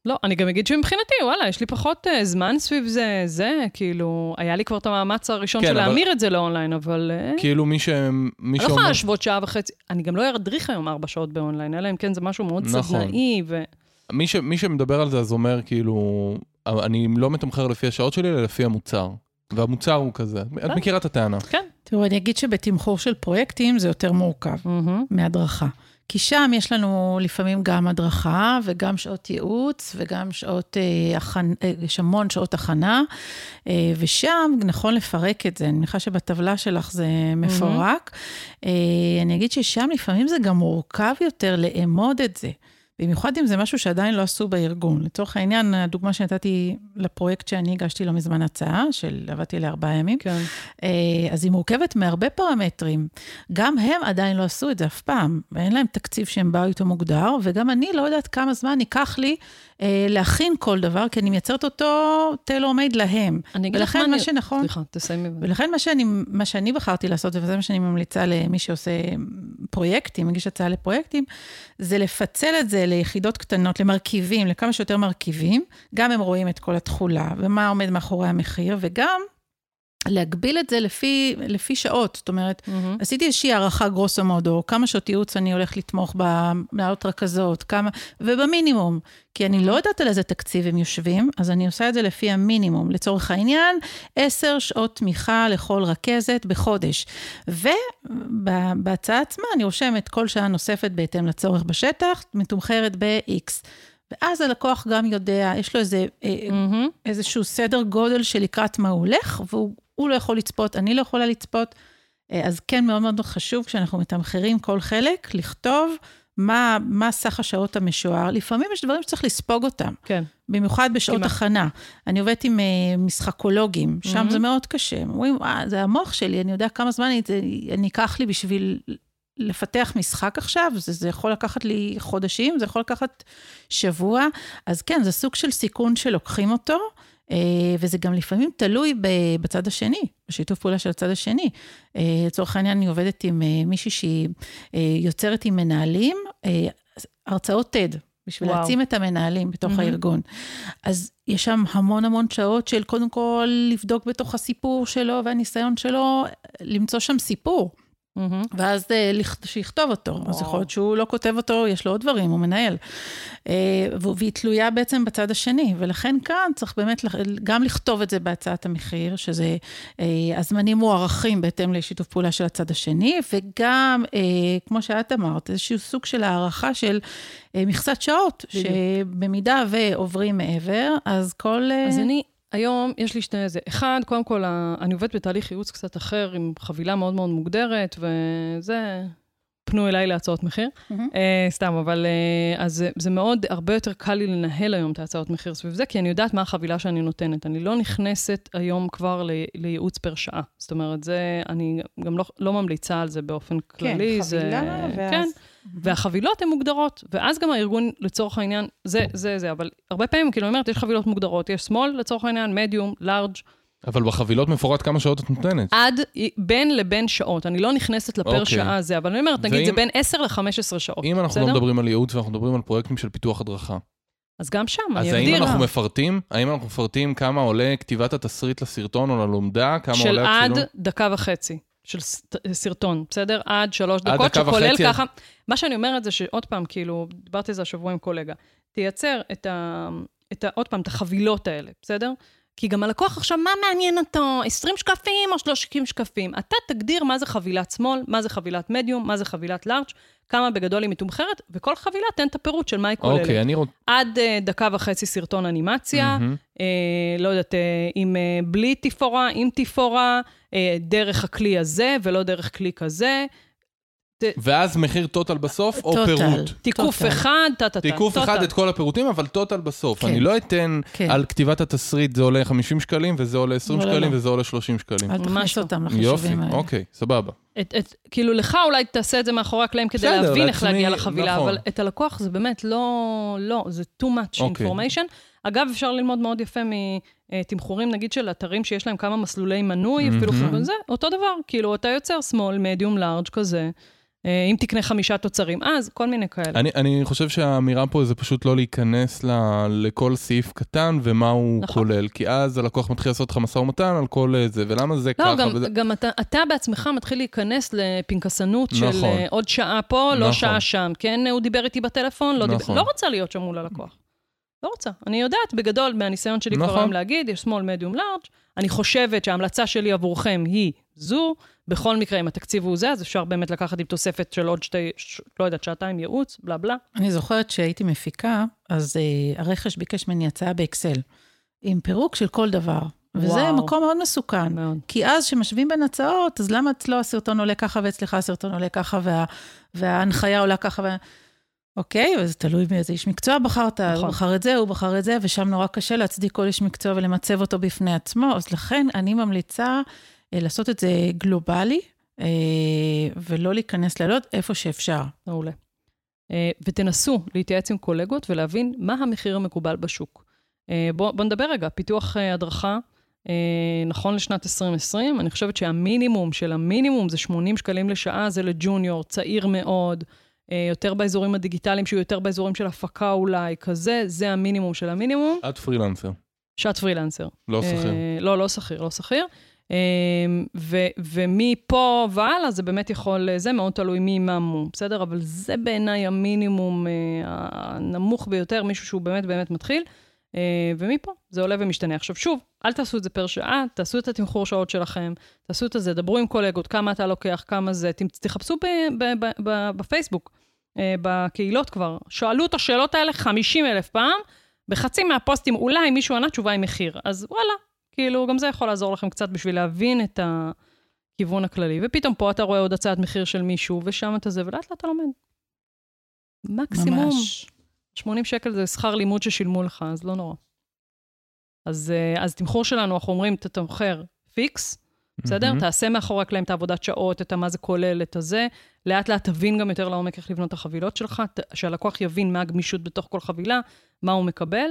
לא, אני גם אגיד שמבחינתי, וואלה, יש לי פחות uh, זמן סביב זה, זה, כאילו, היה לי כבר את המאמץ הראשון כן, של אבל... להמיר את זה לאונליין, אבל... Uh, כאילו מי ש... מי אני לא יכולה להשוות שעה וחצי, אני גם לא אדריך היום ארבע שעות באונליין, אלא אם כן זה משהו מאוד נכון. סדנאי, ו... מי, ש... מי שמדבר על זה, אז אומר, כאילו, אני לא מתמחר לפי השעות שלי, אלא לפי המוצר. והמוצר הוא כזה. את מכירה את הטענה. כן. תראו, אני אגיד שבתמחור של פרויקטים זה יותר מורכב מהדרכה. כי שם יש לנו לפעמים גם הדרכה, וגם שעות ייעוץ, וגם שעות, יש המון שעות הכנה, ושם נכון לפרק את זה. אני מניחה שבטבלה שלך זה מפורק. אני אגיד ששם לפעמים זה גם מורכב יותר לאמוד את זה. במיוחד אם זה משהו שעדיין לא עשו בארגון. לצורך העניין, הדוגמה שנתתי לפרויקט שאני הגשתי לו מזמן הצעה, של עבדתי לארבעה ימים, כן. אז היא מורכבת מהרבה פרמטרים. גם הם עדיין לא עשו את זה אף פעם, ואין להם תקציב שהם באו איתו מוגדר, וגם אני לא יודעת כמה זמן ייקח לי אה, להכין כל דבר, כי אני מייצרת אותו תלומד להם. ולכן מה שנכון... סליחה, תסיימי. ולכן מה שאני, מה שאני בחרתי לעשות, וזה מה שאני ממליצה למי שעושה פרויקטים, מגיש הצעה לפרויקטים, זה לפצל את זה ליחידות קטנות, למרכיבים, לכמה שיותר מרכיבים, גם הם רואים את כל התחולה, ומה עומד מאחורי המחיר, וגם להגביל את זה לפי, לפי שעות. זאת אומרת, mm-hmm. עשיתי איזושהי הערכה גרוסו מודו, כמה שעות ייעוץ אני הולך לתמוך במנהלות רכזות, כמה, ובמינימום, כי אני לא יודעת על איזה תקציב הם יושבים, אז אני עושה את זה לפי המינימום. לצורך העניין, עשר שעות תמיכה לכל רכזת בחודש. ובהצעה עצמה אני רושמת כל שעה נוספת בהתאם לצורך בשטח, מתומחרת ב-X. ואז הלקוח גם יודע, יש לו איזה, mm-hmm. איזשהו סדר גודל של לקראת מה הוא הולך, והוא לא יכול לצפות, אני לא יכולה לצפות. אז כן, מאוד מאוד חשוב, כשאנחנו מתמחרים כל חלק, לכתוב מה, מה סך השעות המשוער. לפעמים יש דברים שצריך לספוג אותם. כן. במיוחד בשעות כמה? הכנה. אני עובדת עם uh, משחקולוגים, שם mm-hmm. זה מאוד קשה. הם אומרים, אה, זה המוח שלי, אני יודע כמה זמן אני, אני אקח לי בשביל... לפתח משחק עכשיו, זה, זה יכול לקחת לי חודשים, זה יכול לקחת שבוע, אז כן, זה סוג של סיכון שלוקחים אותו, וזה גם לפעמים תלוי בצד השני, בשיתוף פעולה של הצד השני. לצורך העניין, אני עובדת עם מישהי שהיא יוצרת עם מנהלים, הרצאות TED, בשביל וואו. להעצים את המנהלים בתוך mm-hmm. הארגון. אז יש שם המון המון שעות של קודם כל לבדוק בתוך הסיפור שלו, והניסיון שלו, למצוא שם סיפור. Mm-hmm. ואז שיכתוב אותו, wow. אז יכול להיות שהוא לא כותב אותו, יש לו עוד דברים, הוא מנהל. והיא תלויה בעצם בצד השני, ולכן כאן צריך באמת גם לכתוב את זה בהצעת המחיר, שזה הזמנים מוערכים בהתאם לשיתוף פעולה של הצד השני, וגם, כמו שאת אמרת, איזשהו סוג של הערכה של מכסת שעות, שבמידה ועוברים מעבר, אז כל... אז אני... היום יש לי שני איזה, אחד, קודם כל, אני עובדת בתהליך ייעוץ קצת אחר, עם חבילה מאוד מאוד מוגדרת, וזה, פנו אליי להצעות מחיר, mm-hmm. uh, סתם, אבל uh, אז זה מאוד, הרבה יותר קל לי לנהל היום את ההצעות מחיר סביב זה, כי אני יודעת מה החבילה שאני נותנת, אני לא נכנסת היום כבר לי, לייעוץ פר שעה, זאת אומרת, זה, אני גם לא, לא ממליצה על זה באופן כללי, כן, זה, חבילה, ואז... כן, והחבילות הן מוגדרות, ואז גם הארגון לצורך העניין, זה, זה, זה, אבל הרבה פעמים, כאילו, אומרת, יש חבילות מוגדרות, יש שמאל לצורך העניין, מדיום, לארג'. אבל בחבילות מפורט כמה שעות את נותנת. עד בין לבין שעות, אני לא נכנסת לפר okay. שעה הזה, אבל אני אומרת, נגיד, ואם, זה בין עשר לחמש עשרה שעות. אם אנחנו בסדר? לא מדברים על ייעוץ, ואנחנו מדברים על פרויקטים של פיתוח הדרכה. אז גם שם, אני אגדיר. אגדיר. אז האם אנחנו מפרטים, האם אנחנו מפרטים כמה עולה כתיבת התסריט לסרטון או ללומדה, כמה עולה הצילום? של עד דקה וחצי. של סרטון, בסדר? עד שלוש דקות, שכולל ככה. מה שאני אומרת זה שעוד פעם, כאילו, דיברתי על זה השבוע עם קולגה, תייצר את ה, את ה, עוד פעם, את החבילות האלה, בסדר? כי גם הלקוח עכשיו, מה מעניין אותו? עשרים שקפים או שלושים שקפים? אתה תגדיר מה זה חבילת שמאל, מה זה חבילת מדיום, מה זה חבילת לארג', כמה בגדול היא מתומחרת, וכל חבילה תן את הפירוט של מה היא כוללת. אוקיי, אני רוצ... עד uh, דקה וחצי סרטון אנימציה, mm-hmm. uh, לא יודעת, uh, עם uh, בלי תיפורה, עם תיפורה, uh, דרך הכלי הזה ולא דרך כלי כזה. ואז מחיר טוטל בסוף, או פירוט? תיקוף אחד, טטטט. תיקוף אחד את כל הפירוטים, אבל טוטל בסוף. אני לא אתן על כתיבת התסריט, זה עולה חמישים שקלים, וזה עולה עשרים שקלים, וזה עולה שלושים שקלים. אל תכניס אותם לחישובים האלה. אוקיי, סבבה. כאילו לך אולי תעשה את זה מאחורי הקלעים, כדי להבין איך להגיע לחבילה, אבל את הלקוח זה באמת לא, לא, זה too much information. אגב, אפשר ללמוד מאוד יפה מתמחורים, נגיד של אתרים שיש להם כמה מסלולי מנוי, אפילו זה, אותו דבר, כאילו אתה יוצר small, medium, large כזה, אם תקנה חמישה תוצרים, אז כל מיני כאלה. אני, אני חושב שהאמירה פה זה פשוט לא להיכנס ל, לכל סעיף קטן ומה הוא נכון. כולל, כי אז הלקוח מתחיל לעשות לך משא ומתן על כל זה, ולמה זה לא, ככה. גם, וזה... גם אתה, אתה בעצמך מתחיל להיכנס לפנקסנות נכון. של עוד שעה פה, לא נכון. שעה שם. כן, הוא דיבר איתי בטלפון, לא, נכון. דיבר, לא רוצה להיות שם מול הלקוח. לא רוצה. אני יודעת, בגדול, מהניסיון שלי נכון. כבר היום להגיד, יש small, medium, large. אני חושבת שההמלצה שלי עבורכם היא זו. בכל מקרה, אם התקציב הוא זה, אז אפשר באמת לקחת עם תוספת של עוד שתי, ש... לא יודעת, שעתיים ייעוץ, בלה בלה. אני זוכרת שהייתי מפיקה, אז uh, הרכש ביקש ממני הצעה באקסל, עם פירוק של כל דבר. וזה וואו. מקום מאוד מסוכן. מאוד. כי אז שמשווים בין הצעות, אז למה אצלו הסרטון עולה ככה, ואצלך הסרטון עולה ככה, וה... וההנחיה עולה ככה, ו... אוקיי, אז תלוי באיזה איש מקצוע בחרת, נכון. הוא בחר את זה, הוא בחר את זה, ושם נורא קשה להצדיק כל איש מקצוע ולמצב אותו בפני עצמו, אז לכן אני ממליצה אה, לעשות את זה גלובלי, אה, ולא להיכנס לעלות איפה שאפשר. מעולה. אה, ותנסו להתייעץ עם קולגות ולהבין מה המחיר המקובל בשוק. אה, בוא, בוא נדבר רגע, פיתוח אה, הדרכה, אה, נכון לשנת עשרים עשרים, אני חושבת שהמינימום של המינימום זה שמונים שקלים לשעה, זה לג'וניור, צעיר מאוד, יותר באזורים הדיגיטליים, שהוא יותר באזורים של הפקה אולי, כזה, זה המינימום של המינימום. את פרילנסר. שאת פרילנסר. לא שכיר. לא, לא שכיר, לא שכיר. ומפה והלאה, זה באמת יכול, זה מאוד תלוי מי מה, בסדר? אבל זה בעיניי המינימום הנמוך ביותר, מישהו שהוא באמת באמת מתחיל, ומפה זה עולה ומשתנה. עכשיו שוב, אל תעשו את זה פר שעה, תעשו את התמחור שעות שלכם, תעשו את זה, דברו עם קולגות, כמה אתה לוקח, כמה זה, תחפשו בפייסבוק, בקהילות כבר, שאלו את השאלות האלה חמישים אלף פעם, בחצי מהפוסטים אולי מישהו ענה תשובה עם מחיר, אז וואלה, כאילו גם זה יכול לעזור לכם קצת בשביל להבין את הכיוון הכללי, ופתאום פה אתה רואה עוד הצעת מחיר של מישהו, ושם אתה זה, ולאט לאט אתה לומד. מקסימום. ממש. שמונים שקל זה שכר לימוד ששילמו לך, אז לא נורא. אז, אז תמחור שלנו, אנחנו אומרים, אתה תמחר פיקס, בסדר? Mm-hmm. תעשה מאחורי הקלעים את העבודת שעות, את מה זה כולל, את הזה. לאט לאט תבין גם יותר לעומק איך לבנות את החבילות שלך, שהלקוח יבין מה הגמישות בתוך כל חבילה, מה הוא מקבל.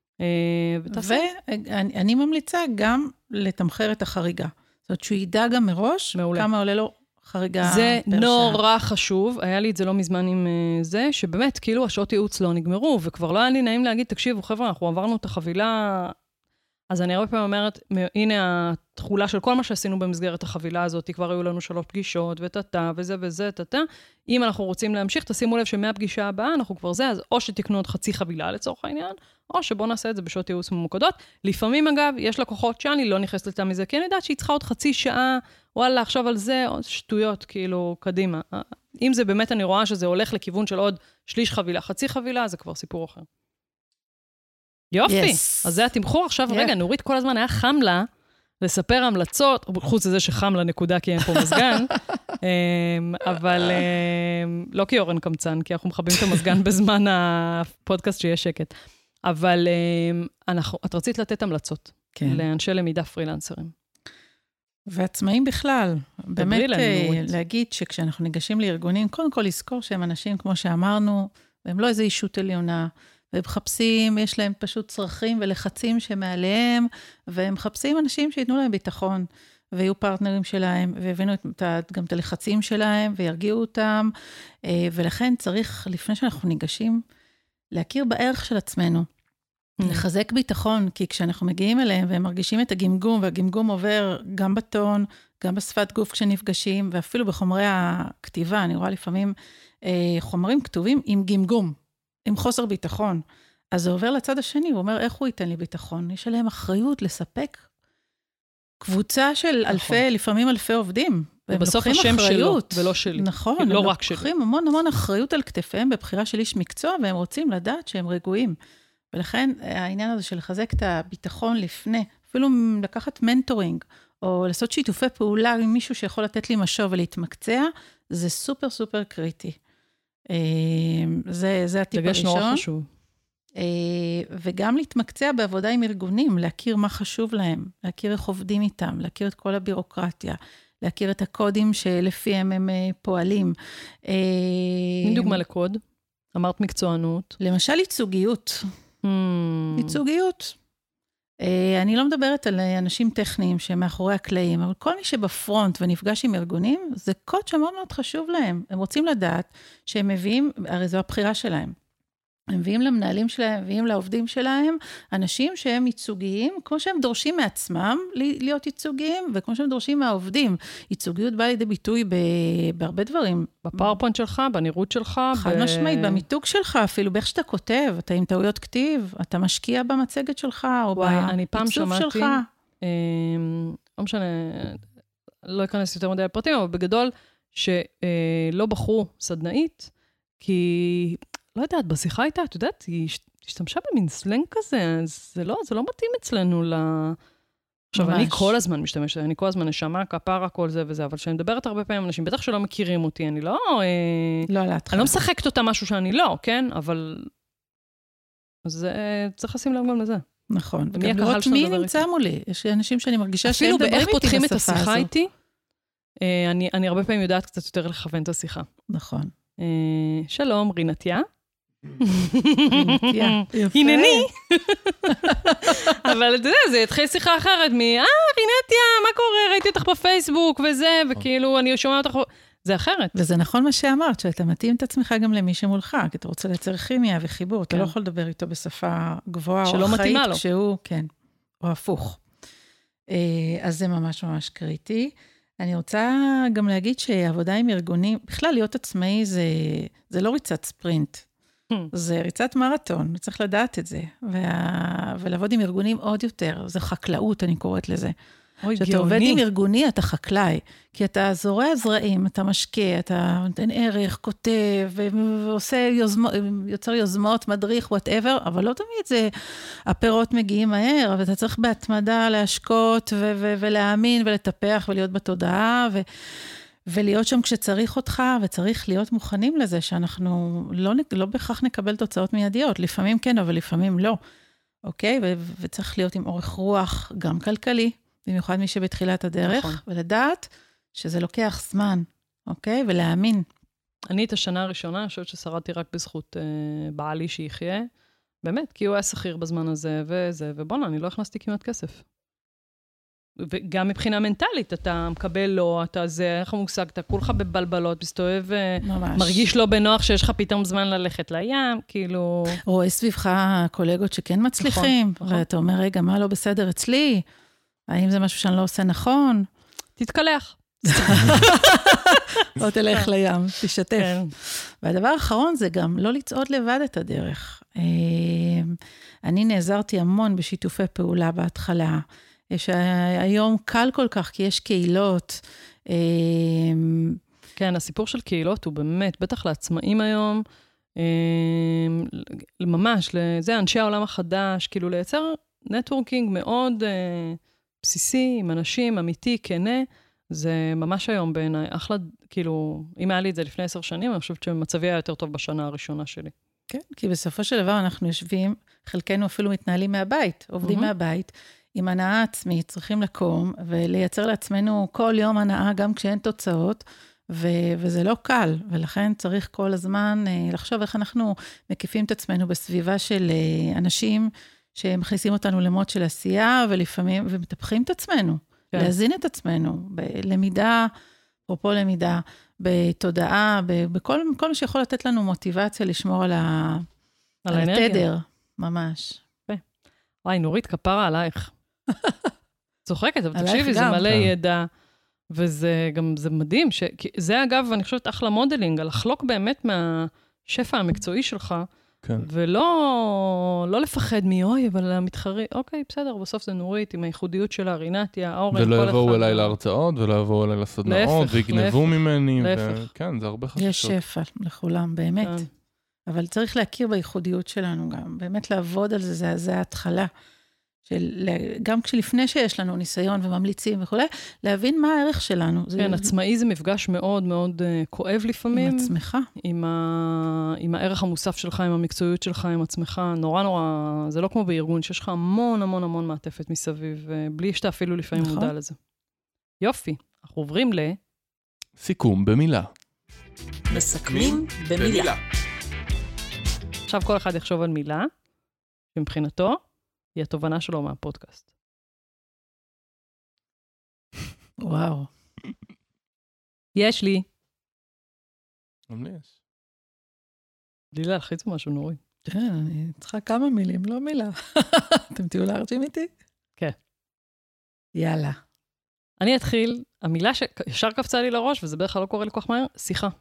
ואני ממליצה גם לתמחר את החריגה. זאת אומרת, שהוא ידע גם מראש, מעולה. כמה עולה לו חריגה. זה נורא חשוב, היה לי את זה לא מזמן עם זה, שבאמת, כאילו השעות ייעוץ לא נגמרו, וכבר לא היה לי נעים להגיד, תקשיבו, חבר'ה, אנחנו עברנו את החבילה, אז אני הרבה פעמים אומרת, הנה התחולה של כל מה שעשינו במסגרת החבילה הזאת, כבר היו לנו שלוש פגישות, ותתה, וזה וזה, תתה. אם אנחנו רוצים להמשיך, תשימו לב שמהפגישה הבאה, אנחנו כבר זה, אז או שתקנו עוד חצי חבילה לצורך העניין, או שבוא נעשה את זה בשעות ייעוץ ממוקדות. לפעמים, אגב, יש לקוחות שאני לא נכנסת לתם מזה, כי אני יודעת שהיא צריכה עוד חצי שעה, וואלה, עכשיו על זה, עוד שטויות, כאילו, קדימה. אם זה באמת, אני רואה שזה הולך לכיוון של עוד שליש חבילה, חצי חבילה, זה כבר סיפור אחר. יופי. Yes. אז זה התמחור עכשיו. Yeah. רגע, נורית כל הזמן היה חם לה לספר המלצות, חוץ לזה שחם לה נקודה, כי אין פה מזגן, אבל לא כי אורן קמצן, כי אנחנו מחבים את המזגן בזמן הפודקאסט שיש שקט. אבל אנחנו, את רצית לתת המלצות כן. לאנשי למידה פרילנסרים. ועצמאים בכלל. באמת להגיד שכשאנחנו ניגשים לארגונים, קודם כל לזכור שהם אנשים, כמו שאמרנו, והם לא איזו אישות עליונה, והם מחפשים, יש להם פשוט צרכים ולחצים שמעליהם, והם מחפשים אנשים שיתנו להם ביטחון, ויהיו פרטנרים שלהם, והבינו את, גם את הלחצים שלהם, וירגיעו אותם, ולכן צריך, לפני שאנחנו ניגשים, להכיר בערך של עצמנו, לחזק ביטחון, כי כשאנחנו מגיעים אליהם, והם מרגישים את הגמגום, והגמגום עובר גם בטון, גם בשפת גוף כשנפגשים, ואפילו בחומרי הכתיבה, אני רואה לפעמים חומרים כתובים עם גמגום, עם חוסר ביטחון. אז זה עובר לצד השני, הוא אומר, איך הוא ייתן לי ביטחון? יש עליהם אחריות לספק קבוצה של אלפי, לפעמים אלפי עובדים. ובסוף השם שלו, ולא שלי. נכון, לא הם רק שלי. לוקחים המון המון אחריות על כתפיהם, בבחירה של איש מקצוע, והם רוצים לדעת שהם רגועים. ולכן העניין הזה של לחזק את הביטחון לפני, אפילו לקחת מנטורינג, או לעשות שיתופי פעולה עם מישהו שיכול לתת לי משוב ולהתמקצע, זה סופר סופר קריטי. זה, זה הטיפ הראשון. דגש נורא חשוב. וגם להתמקצע בעבודה עם ארגונים, להכיר מה חשוב להם, להכיר איך עובדים איתם, להכיר את כל הבירוקרטיה, להכיר את הקודים שלפיהם הם פועלים. מין דוגמה לקוד? אמרת מקצוענות. למשל ייצוגיות. ייצוגיות. אני לא מדברת על אנשים טכניים שהם מאחורי הקלעים, אבל כל מי שבפרונט ונפגש עם ארגונים, זה קוד שמאוד מאוד חשוב להם. הם רוצים לדעת שהם מביאים, הרי זו הבחירה שלהם. הם מביאים למנהלים שלהם, מביאים לעובדים שלהם, אנשים שהם ייצוגיים, כמו שהם דורשים מעצמם להיות ייצוגיים, וכמו שהם דורשים מהעובדים. ייצוגיות באה לידי ביטוי בהרבה דברים. בפאורפוינט שלך, בנראות שלך. חד ב... משמעית, במיתוג שלך, אפילו באיך שאתה כותב, אתה עם טעויות כתיב, אתה משקיע במצגת שלך, או בעיצוב שלך. אה, לא משנה, לא אכנס יותר מדי לפרטים, אבל בגדול, שלא בחרו סדנאית, כי... לא יודעת, בשיחה איתה, את יודעת, היא השתמשה במין סלנג כזה, זה לא, זה לא מתאים אצלנו ל... עכשיו, אני כל הזמן משתמשת, אני כל הזמן נשמה, כפרה, כל זה וזה, אבל כשאני מדברת הרבה פעמים, אנשים בטח שלא מכירים אותי, אני לא... לא להתחיל. אני לא משחקת אותה משהו שאני לא, כן? אבל... אז צריך לשים לב גם לזה. נכון. וגם לראות מי נמצא מולי. יש אנשים שאני מרגישה שהם מדברים איתי בשפה הזו. אפילו באיך פותחים את השיחה איתי, אני הרבה פעמים יודעת קצת יותר לכוון את השיחה. נכון. שלום, רינתיה. הנני. אבל אתה יודע, זה התחיל שיחה אחרת מ, אה, רינתיה, מה קורה? ראיתי אותך בפייסבוק וזה, וכאילו, אני שומע אותך, זה אחרת. וזה נכון מה שאמרת, שאתה מתאים את עצמך גם למי שמולך, כי אתה רוצה לייצר כימיה וחיבור, אתה לא יכול לדבר איתו בשפה גבוהה או אחראית, כשהוא, כן, או הפוך. אז זה ממש ממש קריטי. אני רוצה גם להגיד שעבודה עם ארגונים, בכלל להיות עצמאי זה, זה לא ריצת ספרינט, זה ריצת מרתון, צריך לדעת את זה, וה... ולעבוד עם ארגונים עוד יותר, זה חקלאות, אני קוראת לזה. כשאתה עובד עם ארגוני, אתה חקלאי, כי אתה זורע זרעים, אתה משקע, אתה נותן ערך, כותב, ועושה יוזמות, יוצר יוזמות, מדריך, whatever, אבל לא תמיד זה, הפירות מגיעים מהר, אבל אתה צריך בהתמדה להשקות, ו- ו- ולהאמין, ולטפח, ולהיות בתודעה, ו- ולהיות שם כשצריך אותך, וצריך להיות מוכנים לזה, שאנחנו לא, לא בכך נקבל תוצאות מיידיות, לפעמים כן, אבל לפעמים לא, אוקיי? ו- וצריך להיות עם אורך רוח, גם כלכלי, במיוחד מי שבתחילת הדרך, נכון. ולדעת שזה לוקח זמן, אוקיי? ולהאמין. אני את השנה הראשונה, אני חושבת ששרדתי רק בזכות אה, בעלי שיחיה, באמת, כי הוא היה שכיר בזמן הזה וזה, ובונה, אני לא הכנסתי כמעט כסף. וגם מבחינה מנטלית, אתה מקבל לו, אתה זה, איך המושג, אתה כולך בבלבלות, מסתובב, ממש. מרגיש לא בנוח שיש לך פתאום זמן ללכת לים, כאילו... רואה סביבך קולגות שכן מצליחים, נכון, ואתה אומר, רגע, מה לא בסדר אצלי? האם זה משהו שאני לא עושה נכון? תתקלח. או תלך לים, תשתף. והדבר האחרון זה גם לא לצעוד לבד את הדרך. אני נעזרתי המון בשיתופי פעולה בהתחלה. יש היום קל כל כך, כי יש קהילות. כן, הסיפור של קהילות הוא באמת, בטח לעצמאים היום, ממש, זה אנשי העולם החדש, כאילו לייצר נטוורקינג מאוד... בסיסי, עם אנשים, אמיתי, כנה, זה ממש היום בעיניי. אחלה, כאילו, אם היה לי את זה לפני עשר שנים, אני חושבת שמצבי היה יותר טוב בשנה הראשונה שלי. כן, כי בסופו של דבר אנחנו יושבים, חלקנו אפילו מתנהלים מהבית, עובדים מהבית, עם הנאה עצמית, צריכים לקום, ולייצר לעצמנו כל יום הנאה, גם כשאין תוצאות, וזה לא קל, ולכן צריך כל הזמן לחשוב איך אנחנו מקיפים את עצמנו בסביבה של אנשים, שמכניסים אותנו למוד של עשייה, ולפעמים, ומטפחים את עצמנו, כן. להזין את עצמנו, בלמידה, אפרופו למידה, בתודעה, בכל כל מה שיכול לתת לנו מוטיבציה, לשמור על, ה, על, על התדר, ממש. וואי, נורית, כפרה עלייך. צוחקת, אבל תקשיבי, זה מלא ידע, וזה גם, זה מדהים, ש, זה אגב, אני חושבת, אחלה מודלינג, לחלוק באמת מהשפע המקצועי שלך, כן. ולא לא לפחד מאוי, אבל המתחרי, אוקיי, בסדר, בסוף זה נורית, עם הייחודיות שלה, רינתיה, אורן, ולא יבואו אליי להרצאות, ולא יבואו אליי לסדנאות, ויגנבו ממני, וכן, זה הרבה חששות. יש שפע לכולם, באמת. כן. אבל צריך להכיר בייחודיות שלנו גם, באמת לעבוד על זה, זה, זה ההתחלה. של, גם כשלפני שיש לנו ניסיון וממליצים וכו', להבין מה הערך שלנו. כן, זה... עצמאי זה מפגש מאוד מאוד uh, כואב לפעמים. עם עצמך. עם, ה... עם הערך המוסף שלך, עם המקצועיות שלך, עם עצמך. נורא נורא, זה לא כמו בארגון, שיש לך המון המון המון מעטפת מסביב, בלי שאתה אפילו לפעמים נכון. מודע לזה. יופי, אנחנו עוברים ל... סיכום במילה. מסכמים במילה. עכשיו כל אחד יחשוב על מילה, מבחינתו, היא התובנה שלו מהפודקאסט. וואו. יש לי. גם לי יש. בלי להלחיץ משהו נורי. כן, אני צריכה כמה מילים, לא מילה. אתם תהיו לארג'ים איתי? כן. יאללה. אני אתחיל, המילה שישר קפצה לי לראש, וזה בדרך כלל לא קורה לי כל כך מהר, שיחה.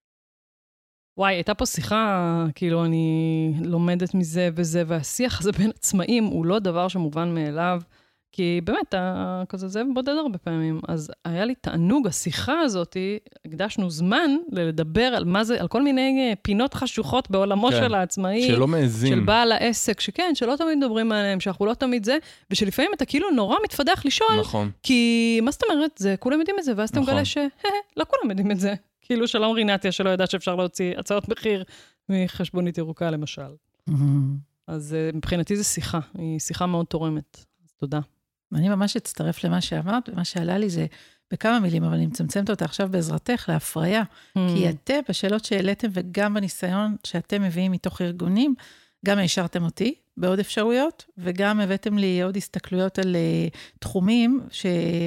וואי, הייתה פה שיחה, כאילו אני לומדת מזה וזה, והשיח הזה בין עצמאים הוא לא דבר שמובן מאליו, כי באמת, אתה כזה זאב בודד הרבה פעמים, אז היה לי תענוג, השיחה הזאת, הקדשנו זמן לדבר על מה זה, על כל מיני פינות חשוכות בעולמו כן. של העצמאי. שלא מעזים. של בעל העסק, שכן, שלא תמיד מדברים עליהם, שאנחנו לא תמיד זה, ושלפעמים אתה כאילו נורא מתפדח לשאול, נכון. כי מה זאת אומרת, זה, כולם יודעים את זה, ואז אתה נכון. מגלה ש, לא כולם יודעים את זה. כאילו שלום רינתיה, שלא יודעת שאפשר להוציא הצעות מחיר מחשבונית ירוקה, למשל. אז מבחינתי זה שיחה, היא שיחה מאוד תורמת. אז תודה. אני ממש אצטרף למה שאמרת, ומה שעלה לי זה בכמה מילים, אבל אני מצמצמת אותה עכשיו בעזרתך להפריה, כי אתם, בשאלות שהעליתם, וגם בניסיון שאתם מביאים מתוך ארגונים, גם השארתם אותי בעוד אפשרויות, וגם הבאתם לי עוד הסתכלויות על תחומים, ש...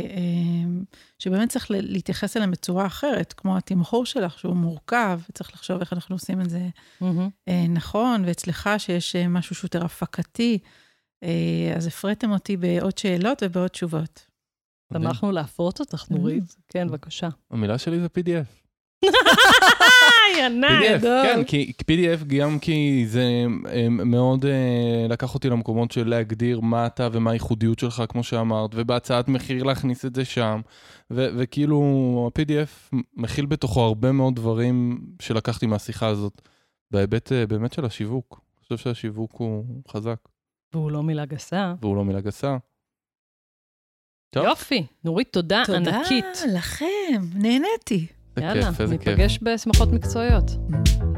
שבאמת צריך להתייחס אליהם בצורה אחרת, כמו התמחור שלך, שהוא מורכב, וצריך לחשוב איך אנחנו עושים את זה נכון, ואצלך שיש משהו שהוא יותר הפקתי, אז הפרטתם אותי בעוד שאלות ובעוד תשובות. שמחנו להפרות אותך, נורית. כן, בבקשה. המילה שלי זה פי די אף. ינאי, פי די אף, גדול. כן, כי פי די אף גם כי זה מאוד לקח אותי למקומות של להגדיר מה אתה ומה הייחודיות שלך, כמו שאמרת, ובהצעת מחיר להכניס את זה שם, וכאילו ה-פי די אף מכיל בתוכו הרבה מאוד דברים שלקחתי מהשיחה הזאת, בהיבט באמת של השיווק. אני חושב שהשיווק הוא חזק. והוא לא מילה גסה. והוא לא מילה גסה. טוב. יופי, נורית, תודה, תודה ענקית. לכם, נהניתי. זה יאללה, כיף, איזה כיף. ניפגש בשמחות מקצועיות.